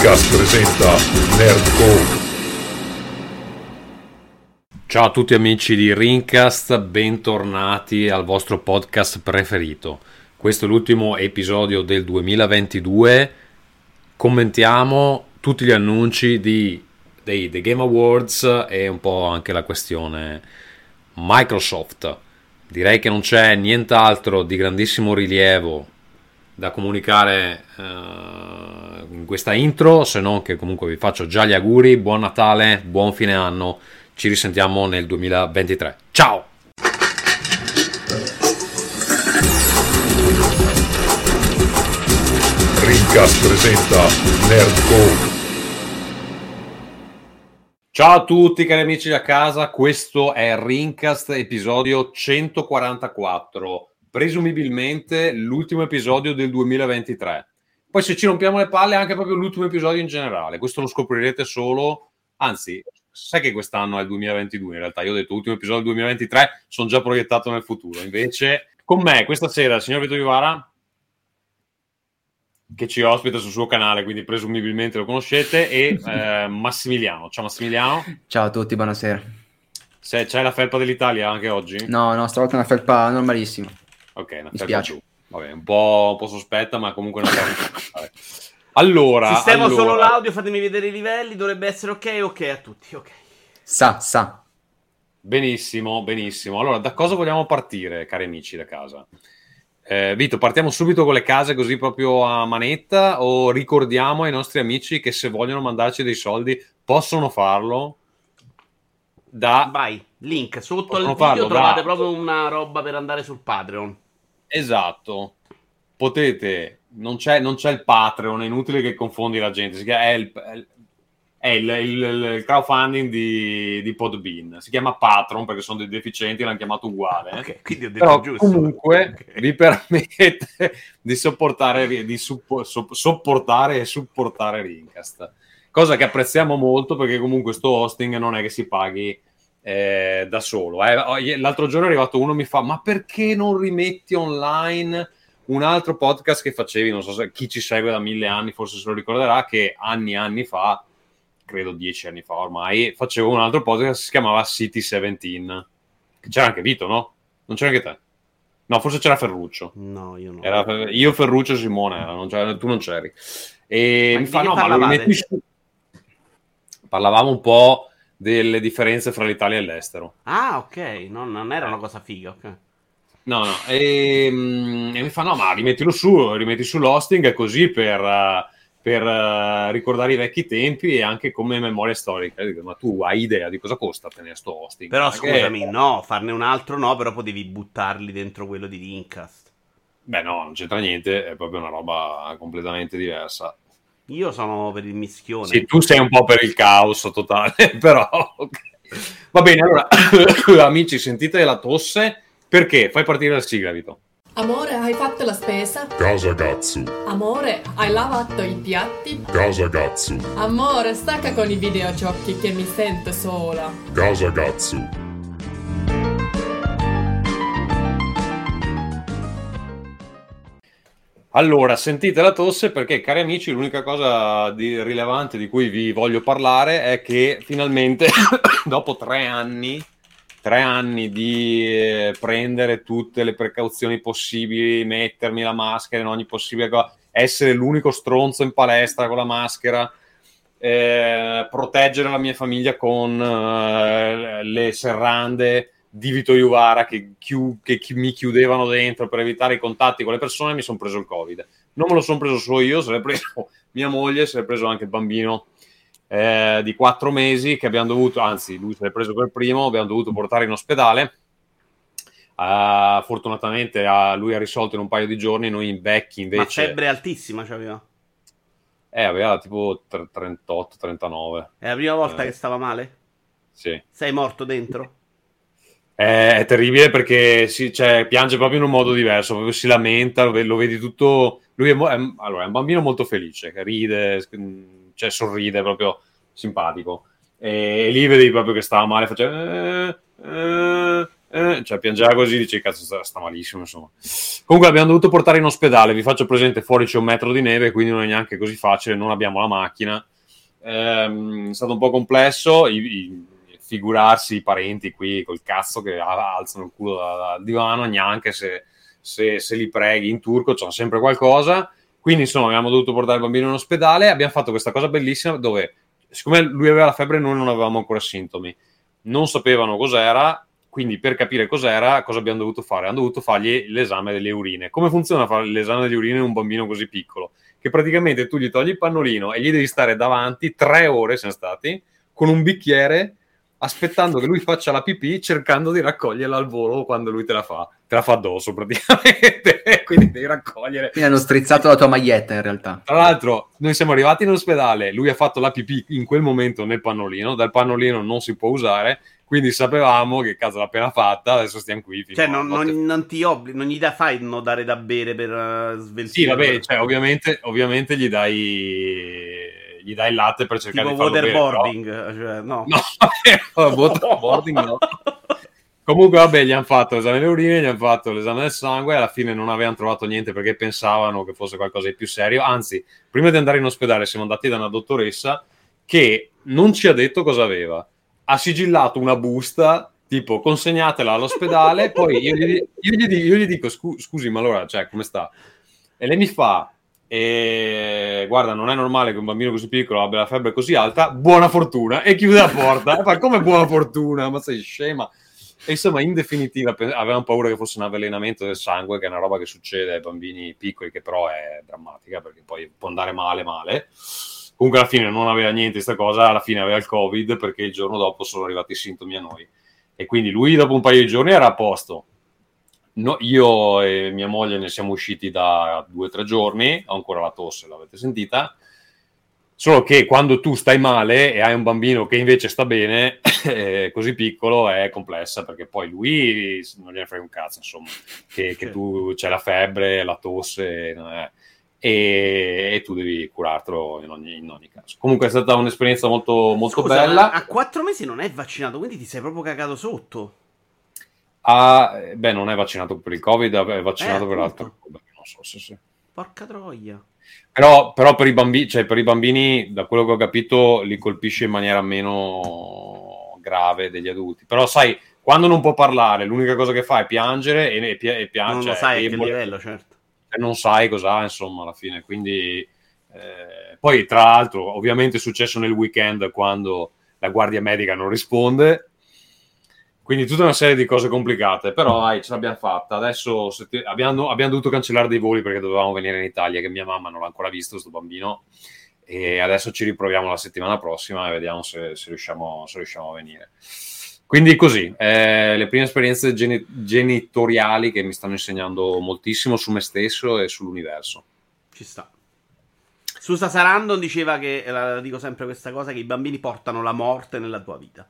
Rincast presenta Nerdcore. Ciao a tutti amici di Rincast, bentornati al vostro podcast preferito. Questo è l'ultimo episodio del 2022. Commentiamo tutti gli annunci dei The Game Awards e un po' anche la questione Microsoft. Direi che non c'è nient'altro di grandissimo rilievo da comunicare in questa intro, se non che comunque vi faccio già gli auguri, buon Natale, buon fine anno, ci risentiamo nel 2023. Ciao! Rincast presenta Nerdcore. Ciao a tutti cari amici da casa, questo è Rincast episodio 144, presumibilmente l'ultimo episodio del 2023. Poi se ci rompiamo le palle anche proprio l'ultimo episodio in generale, questo lo scoprirete solo, anzi, sai che quest'anno è il 2022 in realtà, io ho detto ultimo episodio del 2023, sono già proiettato nel futuro, invece con me questa sera il signor Vito Vivara, che ci ospita sul suo canale, quindi presumibilmente lo conoscete, e Massimiliano. Ciao Massimiliano. Ciao a tutti, buonasera. Se c'hai la felpa dell'Italia anche oggi? No, stavolta è una felpa normalissima. Ok, una Mi felpa spiace. blu. Vabbè, un po' sospetta, ma comunque non è. Allora, sistemo solo l'audio, fatemi vedere i livelli, dovrebbe essere ok a tutti, ok. Sa. Benissimo. Allora, da cosa vogliamo partire, cari amici da casa? Vito, partiamo subito con le case così proprio a manetta o ricordiamo ai nostri amici che se vogliono mandarci dei soldi possono farlo Vai, link sotto al video trovate proprio una roba per andare sul Patreon. Esatto. Potete, non c'è il Patreon, è inutile che confondi la gente, è il crowdfunding di Podbean, si chiama Patreon perché sono dei deficienti, l'hanno chiamato uguale. Ok, quindi ho detto però giusto. comunque Okay. vi permette di sopportare e supportare Rincast, cosa che apprezziamo molto perché comunque sto hosting non è che si paghi da solo. L'altro giorno è arrivato uno mi fa: ma perché non rimetti online un altro podcast che facevi? Non so se chi ci segue da 1000 anni forse se lo ricorderà, che anni fa, credo 10 anni fa ormai, facevo un altro podcast che si chiamava City 17. C'era anche Vito, no? Non c'era anche te? No, forse c'era Ferruccio. No, io no. Era io, Ferruccio e Simone, tu non c'eri. E Ma mi di fa, che no, ma lo parlavate? rimetti su. Parlavamo un po' delle differenze fra l'Italia e l'estero. Ah, ok, non era una cosa figa, ok. No. E mi fa, no, ma rimetti sull'hosting così per ricordare i vecchi tempi e anche come memoria storica. Dico, ma tu hai idea di cosa costa tenere sto hosting? Però Perché... scusami, no, farne un altro no, però potevi buttarli dentro quello di Rincast. Beh no, non c'entra niente, è proprio una roba completamente diversa. Io sono per il mischione. Sì, tu sei un po' per il caos totale, però... Okay. Va bene, allora, amici, sentite la tosse, perché? Fai partire la sigla, Vito. Amore, hai fatto la spesa? Casa Gatsu. Amore, hai lavato i piatti? Casa Gatsu. Amore, stacca con i videogiochi che mi sento sola. Casa Gatsu. Allora, sentite la tosse perché, cari amici, l'unica cosa rilevante di cui vi voglio parlare è che finalmente, dopo 3 anni di prendere tutte le precauzioni possibili, mettermi la maschera in ogni possibile cosa, essere l'unico stronzo in palestra con la maschera, proteggere la mia famiglia con le serrande di Vito Juvara che mi chiudevano dentro per evitare i contatti con le persone, mi sono preso il Covid. Non me lo sono preso solo io, se l'è preso mia moglie, se l'è preso anche il bambino di 4 mesi che abbiamo dovuto, anzi lui se l'è preso per primo, abbiamo dovuto portare in ospedale. Fortunatamente lui ha risolto in un paio di giorni, noi vecchi invece... Ma febbre altissima c'aveva? Aveva tipo 38-39. È la prima volta che stava male? Sì. Sei morto dentro? È terribile perché piange proprio in un modo diverso, proprio si lamenta, lo vedi tutto. Lui è un bambino molto felice, che ride, sorride, proprio simpatico. E lì vedi proprio che stava male, faceva piangeva così, dice cazzo sta malissimo, insomma. Comunque l'abbiamo dovuto portare in ospedale, vi faccio presente, fuori c'è 1 metro di neve, quindi non è neanche così facile, non abbiamo la macchina. È stato un po' complesso, figurarsi i parenti qui col cazzo che alzano il culo dal divano, neanche se li preghi in turco, c'è sempre qualcosa. Quindi insomma abbiamo dovuto portare il bambino in ospedale, abbiamo fatto questa cosa bellissima dove, siccome lui aveva la febbre, noi non avevamo ancora sintomi, non sapevano cos'era, quindi per capire cos'era, cosa abbiamo dovuto fare? Hanno dovuto fargli l'esame delle urine. Come funziona fare l'esame delle urine in un bambino così piccolo? Che praticamente tu gli togli il pannolino e gli devi stare davanti 3 ore, siamo stati, con un bicchiere, aspettando che lui faccia la pipì, cercando di raccoglierla al volo quando lui te la fa addosso praticamente, quindi devi raccogliere. Quindi hanno strizzato la tua maglietta in realtà. Tra l'altro noi siamo arrivati in ospedale, lui ha fatto la pipì in quel momento nel pannolino, dal pannolino non si può usare, quindi sapevamo che cazzo l'ha appena fatta, adesso stiamo qui. Cioè non gli fanno dare da bere per sveltire. Sì, vabbè, cioè ovviamente gli dai il latte per cercare tipo di farlo waterboarding, bere, cioè, no. Waterboarding no. Comunque vabbè, gli hanno fatto l'esame delle urine, gli hanno fatto l'esame del sangue, alla fine non avevano trovato niente perché pensavano che fosse qualcosa di più serio, anzi, prima di andare in ospedale siamo andati da una dottoressa che non ci ha detto cosa aveva, ha sigillato una busta, tipo consegnatela all'ospedale, poi io gli dico scusi, ma allora, cioè, come sta? E lei mi fa, guarda, non è normale che un bambino così piccolo abbia la febbre così alta, buona fortuna, e chiude la porta, e fa, come buona fortuna, ma sei scema? E insomma, in definitiva, avevamo paura che fosse un avvelenamento del sangue, che è una roba che succede ai bambini piccoli, che però è drammatica, perché poi può andare male. Comunque alla fine non aveva niente questa cosa, alla fine aveva il Covid, perché il giorno dopo sono arrivati i sintomi a noi. E quindi lui dopo un paio di giorni era a posto. No, io e mia moglie ne siamo usciti da 2 o 3 giorni, ho ancora la tosse, l'avete sentita. Solo che quando tu stai male e hai un bambino che invece sta bene, così piccolo, è complessa, perché poi lui non gliene frega un cazzo, insomma, che tu c'hai la febbre, la tosse, e tu devi curartelo in ogni caso. Comunque è stata un'esperienza molto, molto bella. A 4 mesi non è vaccinato, quindi ti sei proprio cagato sotto. Beh, non è vaccinato per il Covid, è vaccinato per l'altro. Non so se sì. Porca troia. Però per i bambini, da quello che ho capito, li colpisce in maniera meno grave degli adulti. Però sai, quando non può parlare, l'unica cosa che fa è piangere e piange. Non lo sai a che livello, certo. E non sai cos'ha, insomma, alla fine. Quindi, poi, tra l'altro, ovviamente è successo nel weekend quando la guardia medica non risponde. Quindi tutta una serie di cose complicate, però ce l'abbiamo fatta. Adesso abbiamo dovuto cancellare dei voli perché dovevamo venire in Italia, che mia mamma non l'ha ancora visto, sto bambino, e adesso ci riproviamo la settimana prossima e vediamo se riusciamo a venire. Quindi così, le prime esperienze genitoriali che mi stanno insegnando moltissimo su me stesso e sull'universo. Ci sta. Susa Sarandon diceva che, dico sempre questa cosa, che i bambini portano la morte nella tua vita.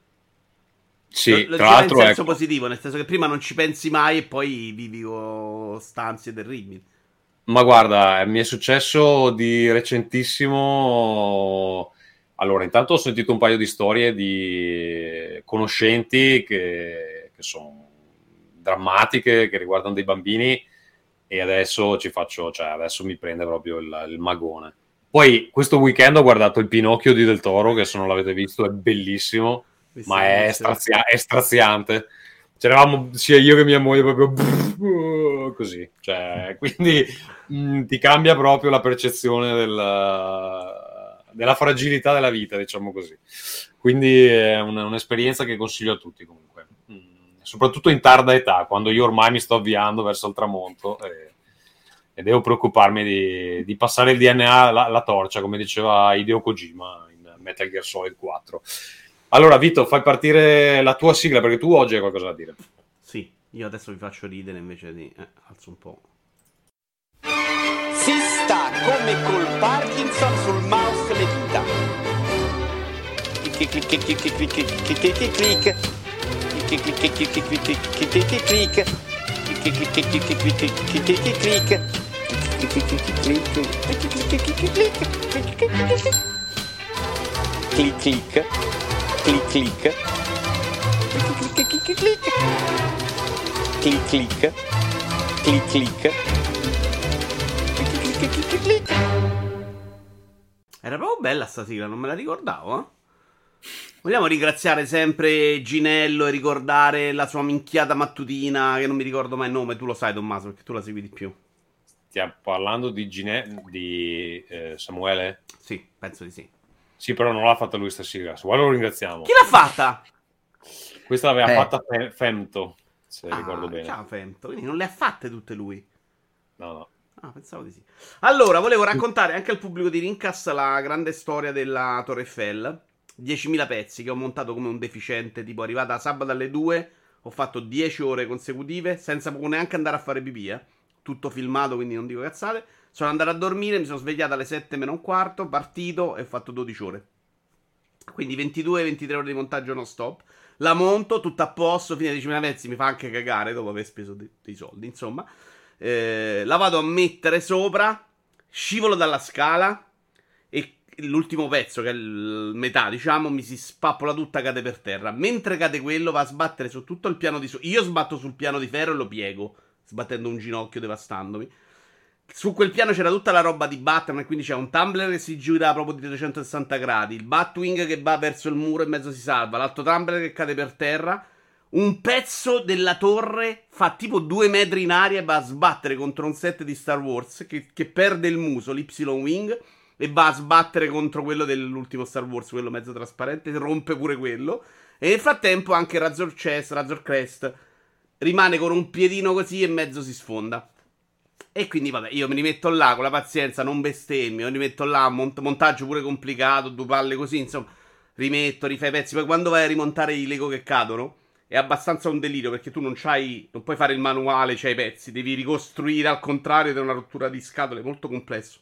Sì, lo tra l'altro in senso positivo, nel senso che prima non ci pensi mai e poi vivi con stanze terribili. Ma guarda, mi è successo di recentissimo. Allora, intanto ho sentito un paio di storie di conoscenti che sono drammatiche, che riguardano dei bambini, e adesso adesso mi prende proprio il magone. Poi questo weekend ho guardato il Pinocchio di Del Toro, che se non l'avete visto è bellissimo. Ma è straziante. C'eravamo sia io che mia moglie proprio così, cioè, quindi ti cambia proprio la percezione della fragilità della vita, diciamo così. Quindi è un'esperienza che consiglio a tutti comunque, soprattutto in tarda età, quando io ormai mi sto avviando verso il tramonto e devo preoccuparmi di passare il DNA la torcia, come diceva Hideo Kojima in Metal Gear Solid 4. Allora, Vito, fai partire la tua sigla, perché tu oggi hai qualcosa da dire. Sì, io adesso vi faccio ridere invece di... alzo un po'. Si sta come col Parkinson sul mouse le dita. Clic clic clic clic clic clic clic clic clic clic clic clic clic clic clic clic clic clic clic clic clic clic. Clic clic clic clic clic. Era proprio bella sta sigla, non me la ricordavo, eh? Vogliamo ringraziare sempre Ginello e ricordare la sua minchiata mattutina, che non mi ricordo mai il nome, tu lo sai Tommaso, perché tu la segui di più. Stiamo parlando di Samuele? Sì, penso di sì. Sì, però non l'ha fatta lui sta sigla, se vuoi lo ringraziamo. Chi l'ha fatta? Questa l'aveva fatta Femto, se ricordo bene. Ciao Femto, quindi non le ha fatte tutte lui. No. Ah, pensavo di sì. Allora, volevo raccontare anche al pubblico di Rincast la grande storia della Torre Eiffel. 10.000 pezzi che ho montato come un deficiente, tipo arrivata sabato alle 2, ho fatto 10 ore consecutive senza neanche andare a fare pipì, tutto filmato, quindi non dico cazzate. Sono andato a dormire, mi sono svegliato alle 7 meno un quarto, partito e ho fatto 12 ore. Quindi 22-23 ore di montaggio non stop. La monto, tutto a posto, fine 10.000 pezzi, mi fa anche cagare dopo aver speso dei soldi, insomma. La vado a mettere sopra, scivolo dalla scala e l'ultimo pezzo, che è metà, diciamo, mi si spappola tutta, cade per terra. Mentre cade quello, va a sbattere su tutto il piano di sopra. Io sbatto sul piano di ferro e lo piego, sbattendo un ginocchio, devastandomi. Su quel piano c'era tutta la roba di Batman, e quindi c'è un tumbler che si gira proprio di 360 gradi, il Batwing che va verso il muro e in mezzo si salva, l'altro tumbler che cade per terra. Un pezzo della torre fa tipo 2 metri in aria e va a sbattere contro un set di Star Wars che perde il muso, l'Y-Wing, e va a sbattere contro quello dell'ultimo Star Wars, quello mezzo trasparente, rompe pure quello. E nel frattempo anche Razor Crest rimane con un piedino così e mezzo si sfonda. E quindi vabbè, io mi rimetto là con la pazienza, non bestemmio, mi rimetto là, montaggio pure complicato, 2 palle così, insomma, rimetto, rifai i pezzi. Poi quando vai a rimontare i Lego che cadono è abbastanza un delirio, perché tu non puoi fare il manuale, c'hai i pezzi, devi ricostruire al contrario ed è una rottura di scatole, molto complesso.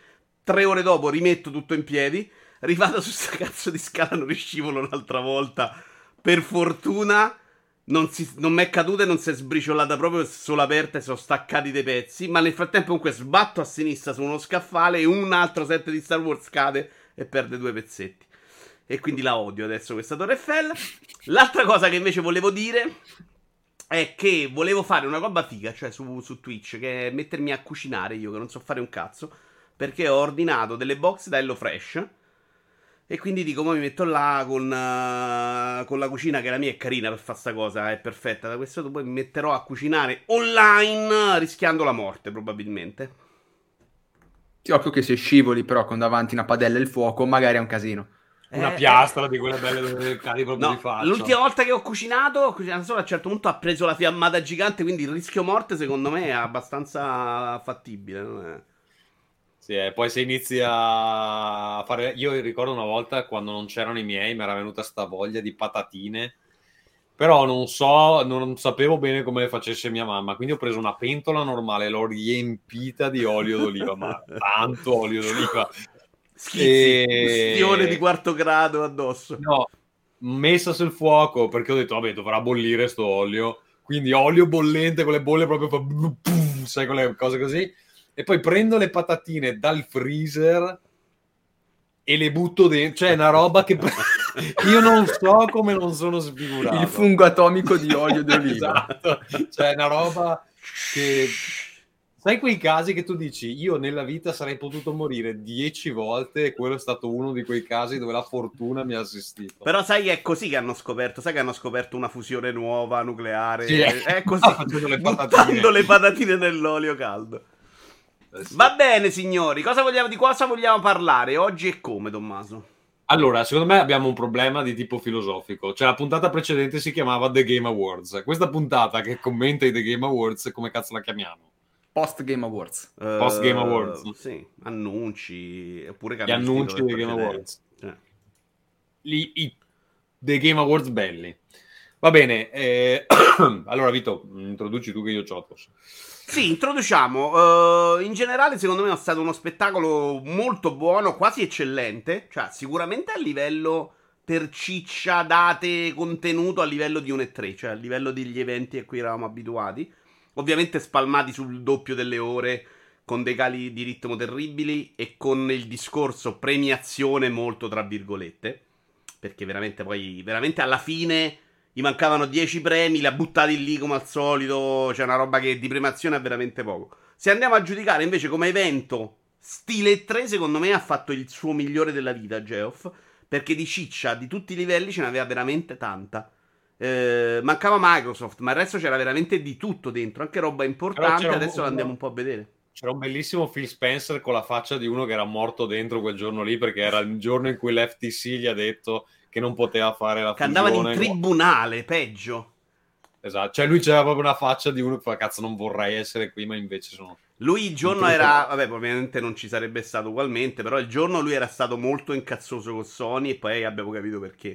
3 ore dopo rimetto tutto in piedi, rivado su sta cazzo di scala, non riscivolo un'altra volta. Per fortuna non mi è caduta e non si è sbriciolata proprio, solo aperta e sono staccati dei pezzi. Ma nel frattempo comunque sbatto a sinistra su uno scaffale e un altro set di Star Wars cade e perde 2 pezzetti. E quindi la odio adesso questa Torre Eiffel. L'altra cosa che invece volevo dire è che volevo fare una roba figa, cioè su Twitch, che è mettermi a cucinare io, che non so fare un cazzo, perché ho ordinato delle box da HelloFresh. E quindi dico, mo mi metto là con la cucina, che la mia è carina per fare sta cosa, è perfetta. Da questo poi mi metterò a cucinare online, rischiando la morte probabilmente. Ti occhio che se scivoli però con davanti una padella e il fuoco, magari è un casino. Una piastra di quelle belle dove cadi proprio di faccia. L'ultima volta che ho cucinato solo, a un certo punto ha preso la fiammata gigante, quindi il rischio morte secondo me è abbastanza fattibile, non è? Sì, poi se inizi a fare... Io ricordo una volta quando non c'erano i miei, mi era venuta sta voglia di patatine, però non sapevo bene come le facesse mia mamma, quindi ho preso una pentola normale, l'ho riempita di olio d'oliva, ma tanto olio d'oliva. Schizzi, questione di 4º grado addosso. No, messa sul fuoco, perché ho detto, vabbè, dovrà bollire sto olio, quindi olio bollente con le bolle proprio, sai, con le cose così. E poi prendo le patatine dal freezer e le butto dentro. Cioè, è una roba che io non so come non sono sfigurato. Il fungo atomico di olio d'oliva. Esatto. Cioè, è una roba che... Sai quei casi che tu dici, io nella vita sarei potuto morire 10 volte e quello è stato uno di quei casi dove la fortuna mi ha assistito. Però sai, è così che hanno scoperto, sai che hanno scoperto una fusione nuova, nucleare. Sì, è così, buttando le patatine nell'olio caldo. Sì. Va bene, signori, di cosa vogliamo parlare oggi e come, Tommaso? Allora, secondo me abbiamo un problema di tipo filosofico. Cioè, la puntata precedente si chiamava The Game Awards. Questa puntata che commenta i The Game Awards, come cazzo la chiamiamo? Post Game Awards. Post Game Awards. Sì, annunci, oppure Gli annunci dei Game Awards. I The Game Awards belli. Va bene, allora Vito, introduci tu che io c'ho. Sì, introduciamo. In generale, secondo me è stato uno spettacolo molto buono, quasi eccellente. Cioè, sicuramente a livello per ciccia, date, contenuto, a livello di un E3, cioè a livello degli eventi a cui eravamo abituati. Ovviamente spalmati sul doppio delle ore, con dei cali di ritmo terribili e con il discorso premiazione molto tra virgolette. Perché veramente poi, veramente alla fine, Gli mancavano 10 premi, li ha buttati lì come al solito. C'è una roba che di premiazione ha veramente poco. Se andiamo a giudicare invece come evento stile 3, secondo me ha fatto il suo migliore della vita Geoff, perché di ciccia di tutti i livelli ce n'aveva veramente tanta. Mancava Microsoft, ma il resto c'era veramente di tutto dentro, anche roba importante. Adesso l'andiamo un po' a vedere. C'era un bellissimo Phil Spencer con la faccia di uno che era morto dentro quel giorno lì, perché era il giorno in cui l'FTC gli ha detto che non poteva fare la fusione. Che andavano in tribunale, peggio. Esatto, cioè lui c'aveva proprio una faccia di uno che fa cazzo non vorrei essere qui, ma invece sono... Lui il giorno era, vabbè, ovviamente non ci sarebbe stato ugualmente, però il giorno lui era stato molto incazzoso con Sony e poi abbiamo capito perché.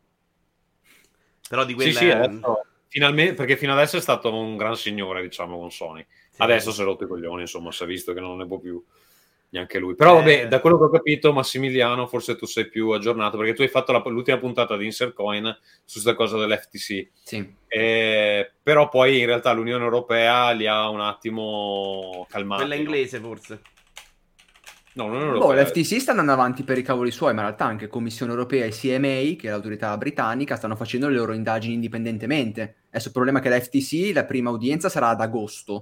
Però di quella... Sì, adesso, finalmente, perché fino adesso è stato un gran signore, diciamo, con Sony. Sì, adesso si è rotto i coglioni, insomma, si è visto che non ne può più neanche lui. Però vabbè, da quello che ho capito, Massimiliano, forse tu sei più aggiornato, perché tu hai fatto l'ultima puntata di Insert Coin su questa cosa dell'FTC. Sì. Però poi in realtà l'Unione Europea li ha un attimo calmati. Quella inglese, forse. No, l'Unione Europea. L'FTC sta andando avanti per i cavoli suoi, ma in realtà anche Commissione Europea e CMA, che è l'autorità britannica, stanno facendo le loro indagini indipendentemente. Adesso il problema è che l'FTC, la prima udienza sarà ad agosto.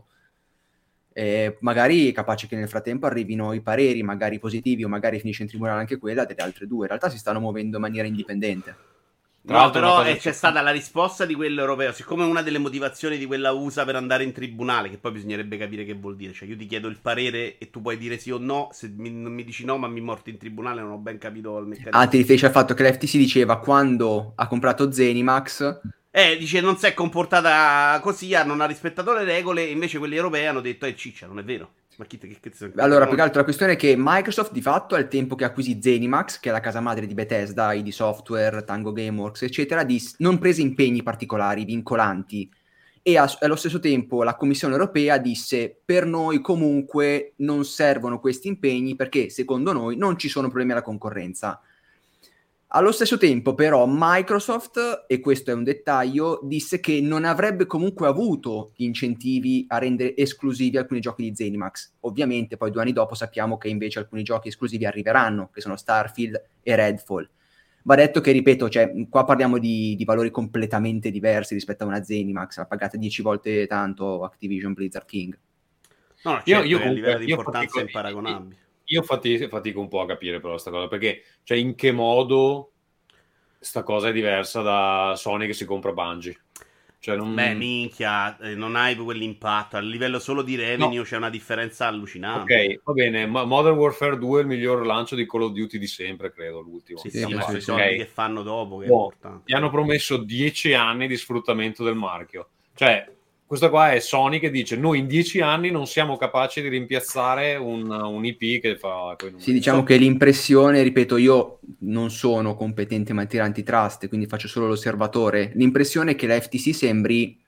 Magari è capace che nel frattempo arrivino i pareri, magari positivi, o magari finisce in tribunale anche quella delle altre due. In realtà si stanno muovendo in maniera indipendente. No, però c'è stata la risposta di quello europeo. Siccome una delle motivazioni di quella USA per andare in tribunale, che poi bisognerebbe capire che vuol dire, cioè io ti chiedo il parere e tu puoi dire sì o no, se non mi dici no ma mi morti in tribunale, non ho ben capito il meccanismo. Ti riferisci al fatto che l'FTC diceva quando ha comprato Zenimax... dice non si è comportata così, non ha rispettato le regole, invece quelli europei hanno detto ciccia, non è vero. Ma allora, più che altro la questione è che Microsoft di fatto al tempo che acquisì Zenimax, che è la casa madre di Bethesda, ID Software, Tango Gameworks, eccetera, non prese impegni particolari, vincolanti, e allo stesso tempo la Commissione Europea disse per noi comunque non servono questi impegni perché secondo noi non ci sono problemi alla concorrenza. Allo stesso tempo però Microsoft, e questo è un dettaglio, disse che non avrebbe comunque avuto incentivi a rendere esclusivi alcuni giochi di Zenimax. Ovviamente poi 2 anni dopo sappiamo che invece alcuni giochi esclusivi arriveranno, che sono Starfield e Redfall. Va detto che, ripeto, cioè, qua parliamo di valori completamente diversi rispetto a una Zenimax, ha pagata 10 volte tanto Activision Blizzard King. No, certo, io a livello di importanza è imparagonabile. Io fatico un po' a capire però questa cosa, perché cioè in che modo sta cosa è diversa da Sony che si compra Bungie? Cioè Beh, minchia, non hai quell'impatto. A livello solo di revenue c'è una differenza allucinante. Ok, va bene. Modern Warfare 2 è il miglior lancio di Call of Duty di sempre, credo, l'ultimo. Sì, ma sui soldi che fanno dopo, che è importante. Gli hanno promesso 10 anni di sfruttamento del marchio. Cioè, questa qua è Sony che dice noi in 10 anni non siamo capaci di rimpiazzare un IP che fa... Sì, diciamo che l'impressione, ripeto, io non sono competente in materia antitrust, quindi faccio solo l'osservatore, l'impressione è che la FTC sembri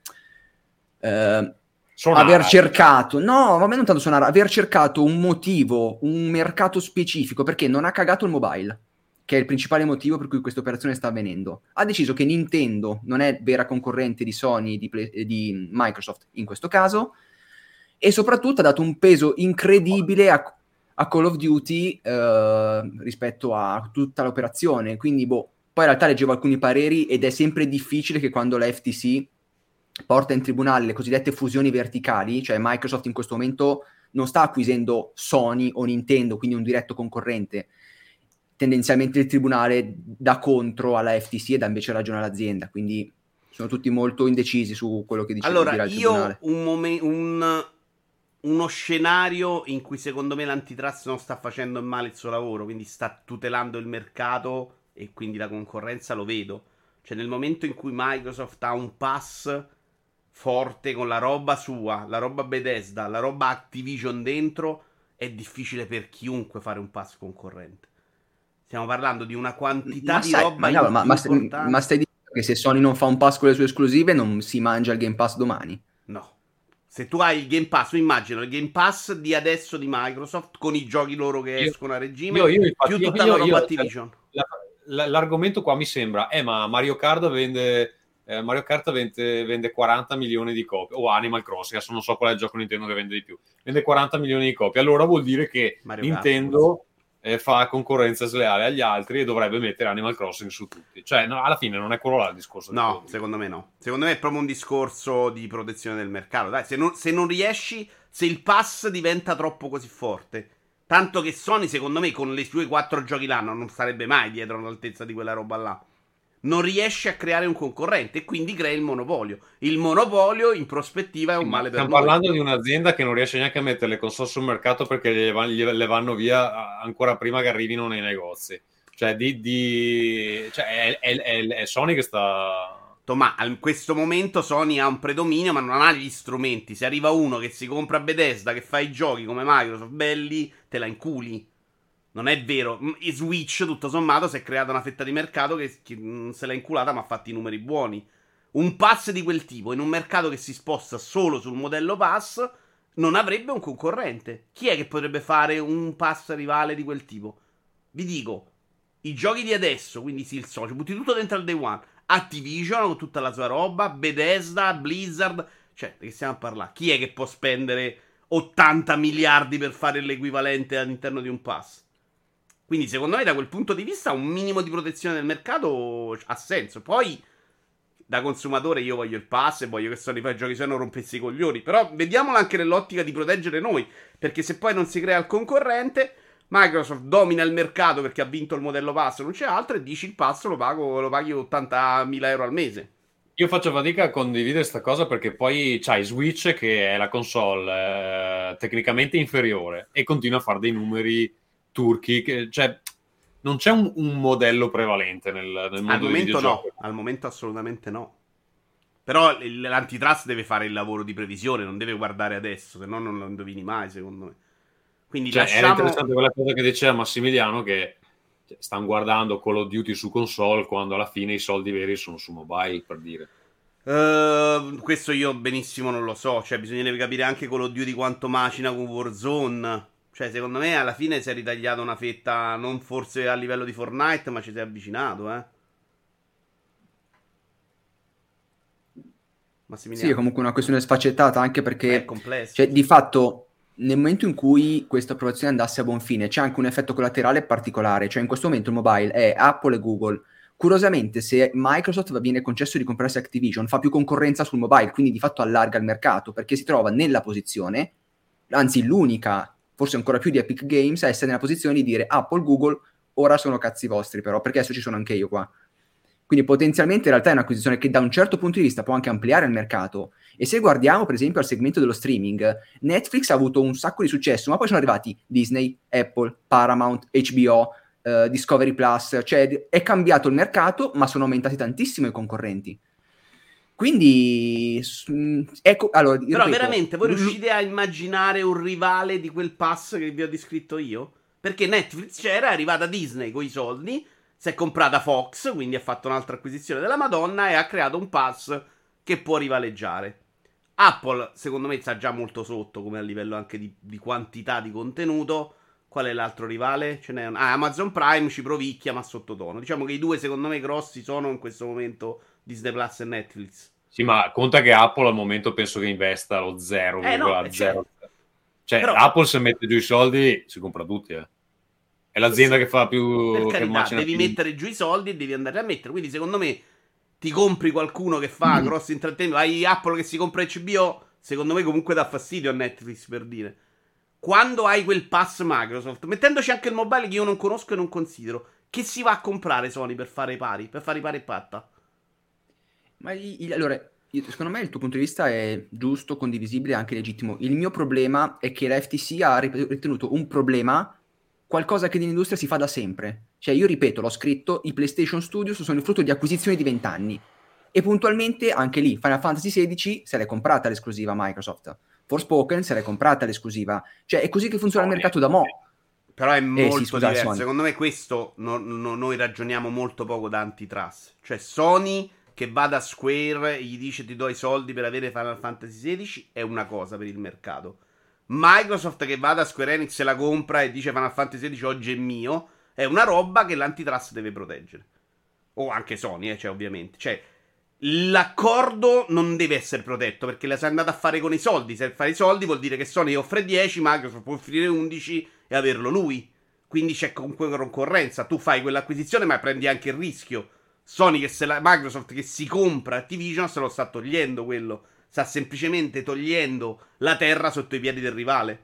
aver cercato, no, ma non tanto suonare, aver cercato un motivo, un mercato specifico, perché non ha cagato il mobile, che è il principale motivo per cui questa operazione sta avvenendo. Ha deciso che Nintendo non è vera concorrente di Sony, di Microsoft in questo caso, e soprattutto ha dato un peso incredibile a Call of Duty rispetto a tutta l'operazione. Quindi, poi in realtà leggevo alcuni pareri ed è sempre difficile che quando la FTC porta in tribunale le cosiddette fusioni verticali, cioè Microsoft in questo momento non sta acquisendo Sony o Nintendo, quindi un diretto concorrente, tendenzialmente il tribunale dà contro alla FTC e dà invece ragione all'azienda, quindi sono tutti molto indecisi su quello che dice il tribunale. Allora, uno scenario in cui secondo me l'antitrust non sta facendo male il suo lavoro, quindi sta tutelando il mercato e quindi la concorrenza, lo vedo. Cioè nel momento in cui Microsoft ha un pass forte con la roba sua, la roba Bethesda, la roba Activision dentro, è difficile per chiunque fare un pass concorrente. Stiamo parlando di una quantità di roba ma stai dicendo che se Sony non fa un pass con le sue esclusive non si mangia il Game Pass domani? No. Se tu hai il Game Pass, tu immagina il Game Pass di adesso di Microsoft con i giochi loro che escono a regime, più tutta la roba Activision. L'argomento qua mi sembra, ma Mario Kart vende 40 milioni di copie, o Animal Crossing, adesso non so qual è il gioco Nintendo che vende di più, vende 40 milioni di copie, allora vuol dire che Nintendo fa concorrenza sleale agli altri e dovrebbe mettere Animal Crossing su tutti. Cioè, no, alla fine non è quello là il discorso. No, secondo me no. Secondo me è proprio un discorso di protezione del mercato. Dai, se non riesci, se il pass diventa troppo così forte, tanto che Sony, secondo me, con le sue 4 giochi l'anno non sarebbe mai dietro all'altezza di quella roba là. Non riesce a creare un concorrente e quindi crea il monopolio. Il monopolio in prospettiva è un male per noi. Stiamo parlando di un'azienda che non riesce neanche a mettere le console sul mercato perché le vanno via ancora prima che arrivino nei negozi. Cioè, cioè è Sony che sta... Ma in questo momento Sony ha un predominio, ma non ha gli strumenti. Se arriva uno che si compra Bethesda, che fa i giochi come Microsoft belli, te la inculi. Non è vero. E Switch, tutto sommato, si è creata una fetta di mercato che se l'ha inculata, ma ha fatto i numeri buoni. Un pass di quel tipo, in un mercato che si sposta solo sul modello pass, non avrebbe un concorrente. Chi è che potrebbe fare un pass rivale di quel tipo? Vi dico, i giochi di adesso, quindi sì, il socio, butti tutto dentro al day one. Activision con tutta la sua roba, Bethesda, Blizzard, cioè, di che stiamo a parlare? Chi è che può spendere 80 miliardi per fare l'equivalente all'interno di un pass? Quindi secondo me da quel punto di vista un minimo di protezione del mercato ha senso. Poi da consumatore io voglio il pass e voglio che Sony fa i giochi se non rompessi i coglioni. Però vediamola anche nell'ottica di proteggere noi, perché se poi non si crea il concorrente, Microsoft domina il mercato perché ha vinto il modello pass, non c'è altro, e dici il pass lo paghi 80.000 euro al mese. Io faccio fatica a condividere questa cosa perché poi c'hai Switch che è la console tecnicamente inferiore e continua a fare dei numeri turchi, cioè non c'è un modello prevalente nel mondo dei videogiochi. No, al momento assolutamente no. Però l'antitrust deve fare il lavoro di previsione, non deve guardare adesso, se no non lo indovini mai, secondo me. Quindi cioè, era interessante quella cosa che diceva Massimiliano, che stanno guardando Call of Duty su console quando alla fine i soldi veri sono su mobile, per dire. Questo io benissimo non lo so, cioè bisognerebbe capire anche Call of Duty quanto macina con Warzone. Cioè secondo me alla fine si è ritagliata una fetta, non forse a livello di Fortnite, ma ci si è avvicinato, Massimiliano. Sì, è comunque una questione sfaccettata, anche perché è complesso. Cioè, di fatto nel momento in cui questa approvazione andasse a buon fine c'è anche un effetto collaterale particolare, cioè in questo momento il mobile è Apple e Google. Curiosamente, se Microsoft viene concesso di comprarsi Activision, fa più concorrenza sul mobile, quindi di fatto allarga il mercato, perché si trova nella posizione, anzi l'unica, forse ancora più di Epic Games, a essere nella posizione di dire Apple, Google, ora sono cazzi vostri però, perché adesso ci sono anche io qua. Quindi potenzialmente in realtà è un'acquisizione che da un certo punto di vista può anche ampliare il mercato. E se guardiamo per esempio al segmento dello streaming, Netflix ha avuto un sacco di successo, ma poi sono arrivati Disney, Apple, Paramount, HBO, Discovery Plus, cioè è cambiato il mercato, ma sono aumentati tantissimo i concorrenti. Quindi ecco, allora, però ripeto, veramente voi riuscite a immaginare un rivale di quel pass che vi ho descritto io? Perché Netflix c'era, è arrivata Disney con i soldi, si è comprata Fox, quindi ha fatto un'altra acquisizione della Madonna e ha creato un pass che può rivaleggiare. Apple, secondo me, sta già molto sotto, come a livello anche di quantità di contenuto. Qual è l'altro rivale? Ce n'è Amazon Prime ci provicchia, ma sottotono. Diciamo che i due, secondo me, grossi sono in questo momento Disney Plus e Netflix. Sì, ma conta che Apple al momento penso che investa lo 0,0. Cioè, però Apple se mette giù i soldi si compra tutti, È l'azienda che fa più... Per carità, devi mettere giù i soldi e devi andare a mettere. Quindi secondo me ti compri qualcuno che fa grossi intrattenimenti. Hai Apple che si compra HBO, secondo me comunque dà fastidio a Netflix, per dire. Quando hai quel pass Microsoft, mettendoci anche il mobile che io non conosco e non considero, che si va a comprare Sony per fare i pari? Per fare i pari e patta? Ma allora, secondo me il tuo punto di vista è giusto, condivisibile e anche legittimo. Il mio problema è che la FTC ha ritenuto un problema qualcosa che nell'industria si fa da sempre. Cioè, io ripeto, l'ho scritto, i PlayStation Studios sono il frutto di acquisizioni di 20 anni. E puntualmente, anche lì, Final Fantasy XVI se l'è comprata l'esclusiva Microsoft. Forspoken se l'è comprata l'esclusiva. Cioè, è così che funziona il mercato da mo'. Però è molto diverso. Sony. Secondo me questo noi ragioniamo molto poco da antitrust. Cioè, Sony che va da Square e gli dice ti do i soldi per avere Final Fantasy XVI è una cosa per il mercato. Microsoft che va da Square Enix e la compra e dice Final Fantasy XVI oggi è mio, è una roba che l'antitrust deve proteggere. O anche Sony, cioè ovviamente. Cioè, l'accordo non deve essere protetto perché la si è andata a fare con i soldi. Se fare i soldi vuol dire che Sony offre 10, Microsoft può offrire 11 e averlo lui. quindi c'è comunque concorrenza. Tu fai quell'acquisizione, ma prendi anche il rischio. Sony Microsoft che si compra Activision se lo sta togliendo quello. Sta semplicemente togliendo la terra sotto i piedi del rivale.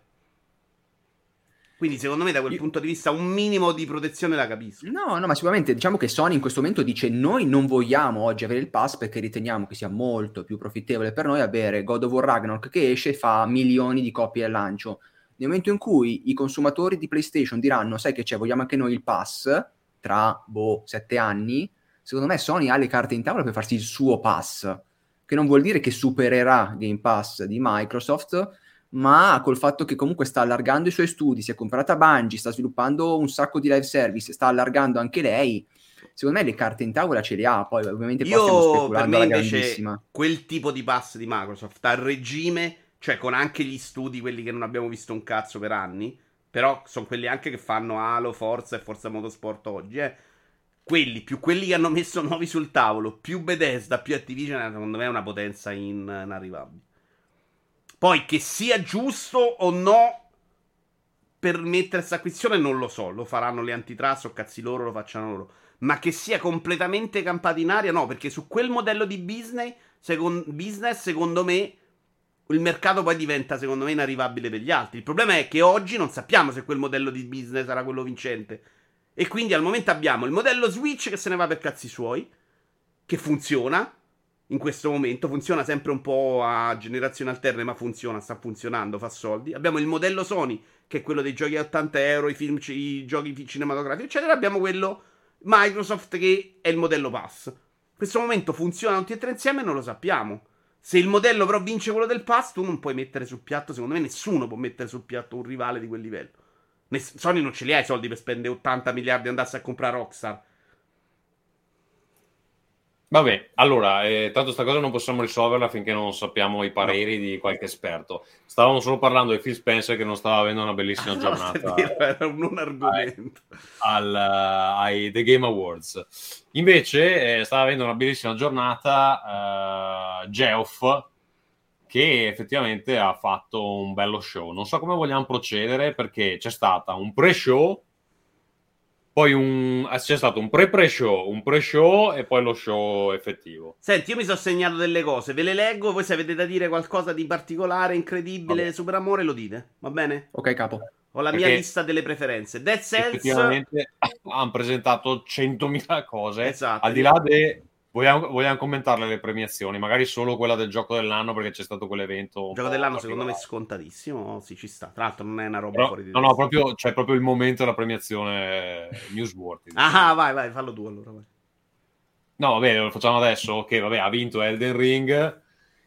Quindi secondo me da quel punto di vista un minimo di protezione la capisco. No, ma sicuramente diciamo che Sony in questo momento dice noi non vogliamo oggi avere il pass perché riteniamo che sia molto più profittevole per noi avere God of War Ragnarok che esce e fa milioni di copie al lancio. Nel momento in cui i consumatori di PlayStation diranno sai che c'è, vogliamo anche noi il pass tra 7 anni, secondo me Sony ha le carte in tavola per farsi il suo pass, che non vuol dire che supererà Game Pass di Microsoft, ma col fatto che comunque sta allargando i suoi studi, si è comprata Bungie, sta sviluppando un sacco di live service, sta allargando anche lei, secondo me le carte in tavola ce le ha, poi ovviamente qua stiamo speculando alla grandissima. Quel tipo di pass di Microsoft a regime, cioè con anche gli studi, quelli che non abbiamo visto un cazzo per anni, però sono quelli anche che fanno Halo, Forza e Forza Motorsport oggi, quelli, più quelli che hanno messo nuovi sul tavolo, più Bethesda, più Activision, secondo me è una potenza inarrivabile. Poi che sia giusto o no permettere questa acquisizione non lo so, lo faranno le antitrust o cazzi loro, lo facciano loro. Ma che sia completamente campato in aria no, perché su quel modello di business, secondo me, il mercato poi diventa, secondo me, inarrivabile per gli altri. Il problema è che oggi non sappiamo se quel modello di business sarà quello vincente. E quindi al momento abbiamo il modello Switch che se ne va per cazzi suoi, che funziona. In questo momento funziona sempre un po' a generazioni alterne, ma funziona, sta funzionando, fa soldi. Abbiamo il modello Sony, che è quello dei giochi a 80 euro, i film, i giochi cinematografici, eccetera. Abbiamo quello Microsoft, che è il modello Pass. In questo momento funzionano tutti e tre insieme e non lo sappiamo. Se il modello però vince quello del Pass, tu non puoi mettere sul piatto, secondo me nessuno può mettere sul piatto un rivale di quel livello. Sony non ce li ha i soldi per spendere 80 miliardi e andarsi a comprare Rockstar. Vabbè, allora, tanto sta cosa non possiamo risolverla finché non sappiamo i pareri di qualche esperto. Stavamo solo parlando di Phil Spencer che non stava avendo una bellissima giornata. Era un argomento. Ai The Game Awards. Invece stava avendo una bellissima giornata Geoff, che effettivamente ha fatto un bello show. Non so come vogliamo procedere perché c'è stata un pre-show, poi c'è stato un pre-show, un pre-show e poi lo show effettivo. Senti, io mi sono segnato delle cose, ve le leggo, voi se avete da dire qualcosa di particolare, incredibile, vabbè, super amore, lo dite, va bene? Ok, capo. Ho la mia lista delle preferenze. Dead Cells... Effettivamente hanno presentato 100.000 cose. Esatto. Al di là vogliamo commentarle le premiazioni, magari solo quella del gioco dell'anno perché c'è stato quell'evento. Il gioco dell'anno secondo me è scontatissimo, sì ci sta. Tra l'altro non è una roba fuori di no, proprio, c'è proprio il momento della premiazione newsworthy. Ah, vai, fallo tu allora. Vai. No, vabbè, lo facciamo adesso. Che vabbè, ha vinto Elden Ring.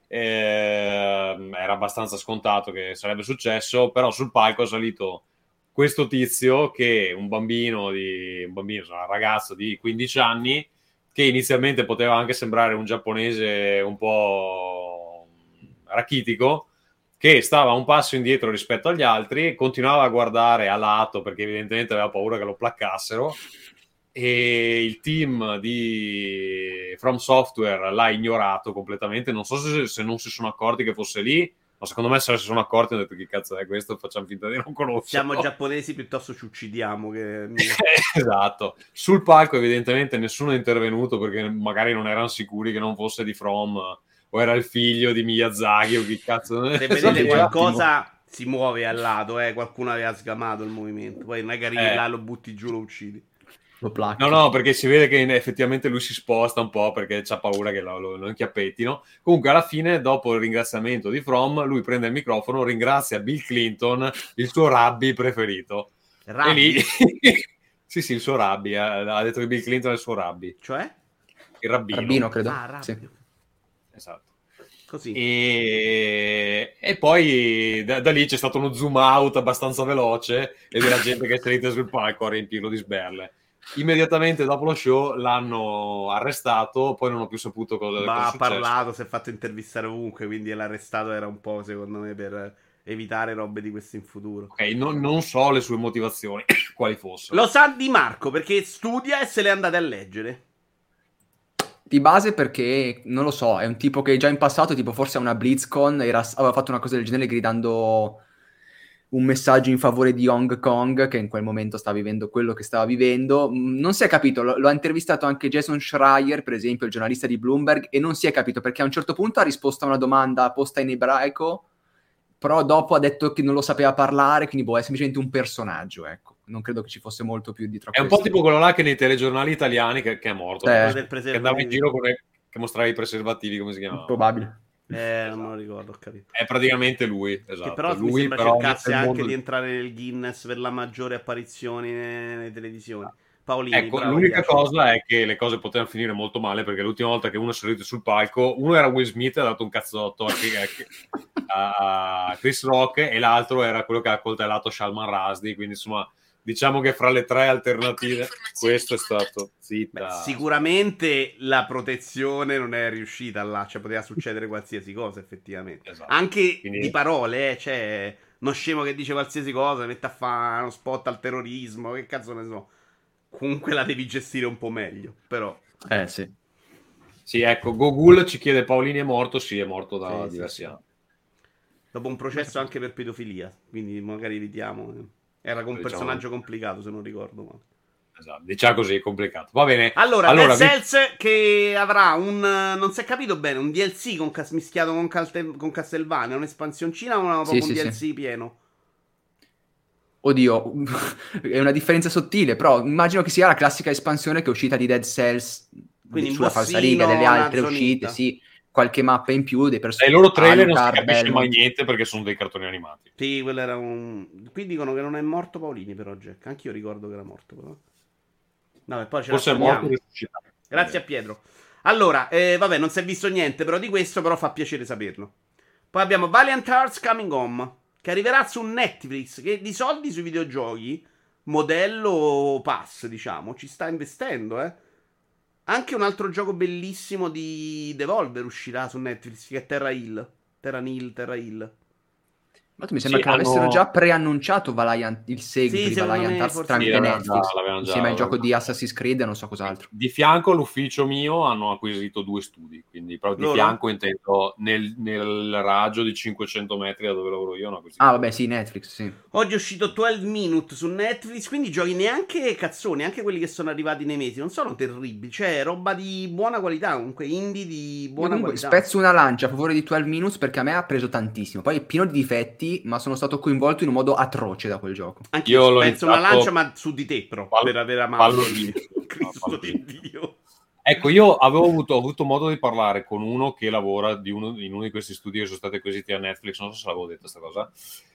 Era abbastanza scontato che sarebbe successo, però sul palco è salito questo tizio che un ragazzo di 15 anni che inizialmente poteva anche sembrare un giapponese un po' rachitico, che stava un passo indietro rispetto agli altri, continuava a guardare a lato perché evidentemente aveva paura che lo placcassero, e il team di From Software l'ha ignorato completamente. Non so se non si sono accorti che fosse lì, ma secondo me se si sono accorti hanno detto che cazzo è questo, facciamo finta di non conoscerlo. Siamo giapponesi, piuttosto ci uccidiamo che... Esatto. Sul palco evidentemente nessuno è intervenuto perché magari non erano sicuri che non fosse di From o era il figlio di Miyazaki o chi cazzo. Se vedete qualcosa si muove al lato, qualcuno aveva sgamato il movimento, poi non è che arrivi là, lo butti giù, lo uccidi. No, perché si vede che effettivamente lui si sposta un po' perché c'ha paura che lo inchiappettino. Comunque alla fine, dopo il ringraziamento di From, lui prende il microfono, ringrazia Bill Clinton, il suo rabbi preferito. Rabbi? E lì sì, il suo rabbi, ha detto che Bill Clinton è il suo rabbi. Cioè? Il rabbino. Rabbino, credo. Rabbio. Sì. Esatto. Così. E poi da lì c'è stato uno zoom out abbastanza veloce e della gente che è salita sul palco a riempirlo di sberle. Immediatamente dopo lo show l'hanno arrestato, poi non ho più saputo cosa ha successo. parlato, si è fatto intervistare ovunque, quindi l'arrestato era un po', secondo me, per evitare robe di questo in futuro. Ok, non so le sue motivazioni quali fossero. Lo sa Di Marco perché studia e se le andate a leggere. Di base perché, non lo so, è un tipo che già in passato, tipo forse a una BlizzCon, aveva fatto una cosa del genere gridando un messaggio in favore di Hong Kong, che in quel momento stava vivendo quello che stava vivendo. Non si è capito, lo ha intervistato anche Jason Schreier, per esempio, il giornalista di Bloomberg, e non si è capito perché a un certo punto ha risposto a una domanda posta in ebraico, però dopo ha detto che non lo sapeva parlare, quindi è semplicemente un personaggio, ecco. Non credo che ci fosse molto più dietro a È un questo. po' tipo quello là che nei telegiornali italiani che è morto, Quello del che andava in preservativo. giro che mostrava i preservativi, come si chiamava? Probabile. Non me lo ricordo, ho capito. È praticamente lui, esatto. Che però mi Lui, sembra però, cercasse nel anche mondo- di entrare nel Guinness per la maggiore apparizioni nelle televisioni. Paolini, Ecco, bravo, l'unica Iaci. cosa è che le cose potevano finire molto male, perché l'ultima volta che uno è salito sul palco, uno era Will Smith e ha dato un cazzotto a Chris Rock, e l'altro era quello che ha accoltellato Salman Rushdie, quindi insomma diciamo che fra le tre alternative questo è stato zitta. Beh, sicuramente la protezione non è riuscita là, cioè poteva succedere qualsiasi cosa effettivamente. Esatto. Anche Quindi- di parole, cioè uno scemo che dice qualsiasi cosa, mette a fare uno spot al terrorismo, che cazzo ne so. Comunque la devi gestire un po' meglio, però. Sì. Sì, ecco, Gogul ci chiede: Paolini è morto? Sì, è morto da Sì, diversi sì. anni. Dopo un processo anche per pedofilia, quindi magari evitiamo. Era con un Diciamo- personaggio complicato, se non ricordo male. Esatto, diciamo così, è complicato. Va bene. Allora Dead vi- Cells che avrà un non si è capito bene, un DLC mischiato con Castlevania, un'espansioncina o proprio un sì, DLC sì. pieno? Oddio, è una differenza sottile, però immagino che sia la classica espansione che è uscita di Dead Cells Quindi un sulla bossino, falsariga, delle una altre uscite, zonetta. sì, qualche mappa in più, dei Dai loro trailer non si Alucard, capisce mai Belmont. niente perché sono dei cartoni animati. Sì, quello era un. Qui dicono che non è morto Paolini, però, Jack. Anch'io ricordo che era morto, però. No, e poi ce Forse è l'ascoltiamo. morto risuscitato. Grazie a Pietro. Allora, vabbè, non si è visto niente però di questo, però fa piacere saperlo. Poi abbiamo Valiant Hearts Coming Home, che arriverà su Netflix, che di soldi sui videogiochi, modello pass, diciamo, ci sta investendo, eh. Anche un altro gioco bellissimo di Devolver uscirà su Netflix, che è Terra Hill. Terra Hill. Ma mi sembra Sì, che l'avessero hanno- già preannunciato il seguito Sì, di secondo Valiant me Hearts forse tramite sì. Netflix, L'avevano già- insieme al gioco l'avevano di già. Assassin's Creed e non so cos'altro. Di fianco all'ufficio mio hanno acquisito 2 studi, quindi però di Loro? fianco intendo nel raggio di 500 metri da dove lavoro io hanno acquisito. Ah, vabbè, sì, Netflix, sì. Oggi è uscito 12 Minute su Netflix, quindi giochi neanche cazzoni, anche quelli che sono arrivati nei mesi, non sono terribili, cioè roba di buona qualità, comunque indie di Io buona comunque qualità. spezzo una lancia a favore di 12 Minutes perché a me ha preso tantissimo. Poi è pieno di difetti, ma sono stato coinvolto in un modo atroce da quel gioco. Anche Io io l'ho spezzo una iniziato- lancia, ma su di te, però, per aver amato Fallo il lì. Cristo Fallo di lì. Dio. Ecco, io avevo avuto modo di parlare con uno che lavora in uno di questi studi che sono stati acquisiti a Netflix, non so se l'avevo detto questa cosa,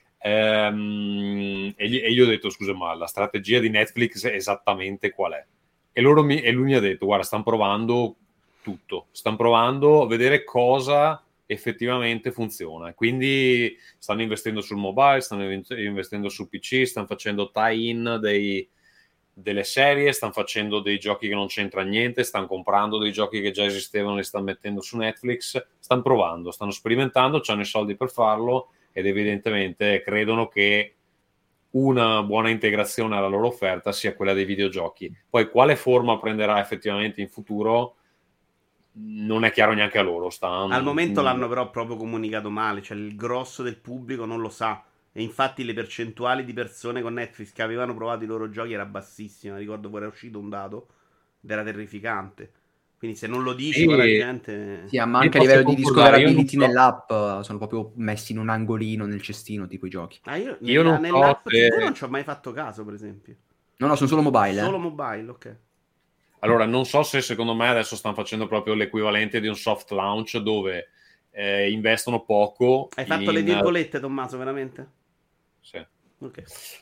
e gli ho detto: scusa, ma la strategia di Netflix è esattamente qual è? E lui mi ha detto: guarda, stanno provando tutto, stanno provando a vedere cosa effettivamente funziona, quindi stanno investendo sul mobile, stanno investendo su PC, stanno facendo tie-in delle serie, stanno facendo dei giochi che non c'entra niente, stanno comprando dei giochi che già esistevano e li stanno mettendo su Netflix, stanno provando, stanno sperimentando, hanno i soldi per farlo ed evidentemente credono che una buona integrazione alla loro offerta sia quella dei videogiochi. Poi quale forma prenderà effettivamente in futuro non è chiaro neanche a loro. Al momento l'hanno però proprio comunicato male, cioè il grosso del pubblico non lo sa. E infatti le percentuali di persone con Netflix che avevano provato i loro giochi era bassissima. Ricordo poi era uscito un dato ed era terrificante. Quindi se non lo dici, Sì. poi la gente. Sì, ma Io anche a posso livello di concordare, io discoverability non so- nell'app sono proprio messi in un angolino nel cestino, tipo i giochi. Ah, io Io non so nell'app se- TV non ci ho mai fatto caso, per esempio. No, sono solo mobile. Solo mobile, ok. Allora, non so se secondo me adesso stanno facendo proprio l'equivalente di un soft launch dove investono poco. Hai fatto le virgolette, Tommaso, veramente? Sì. Ok.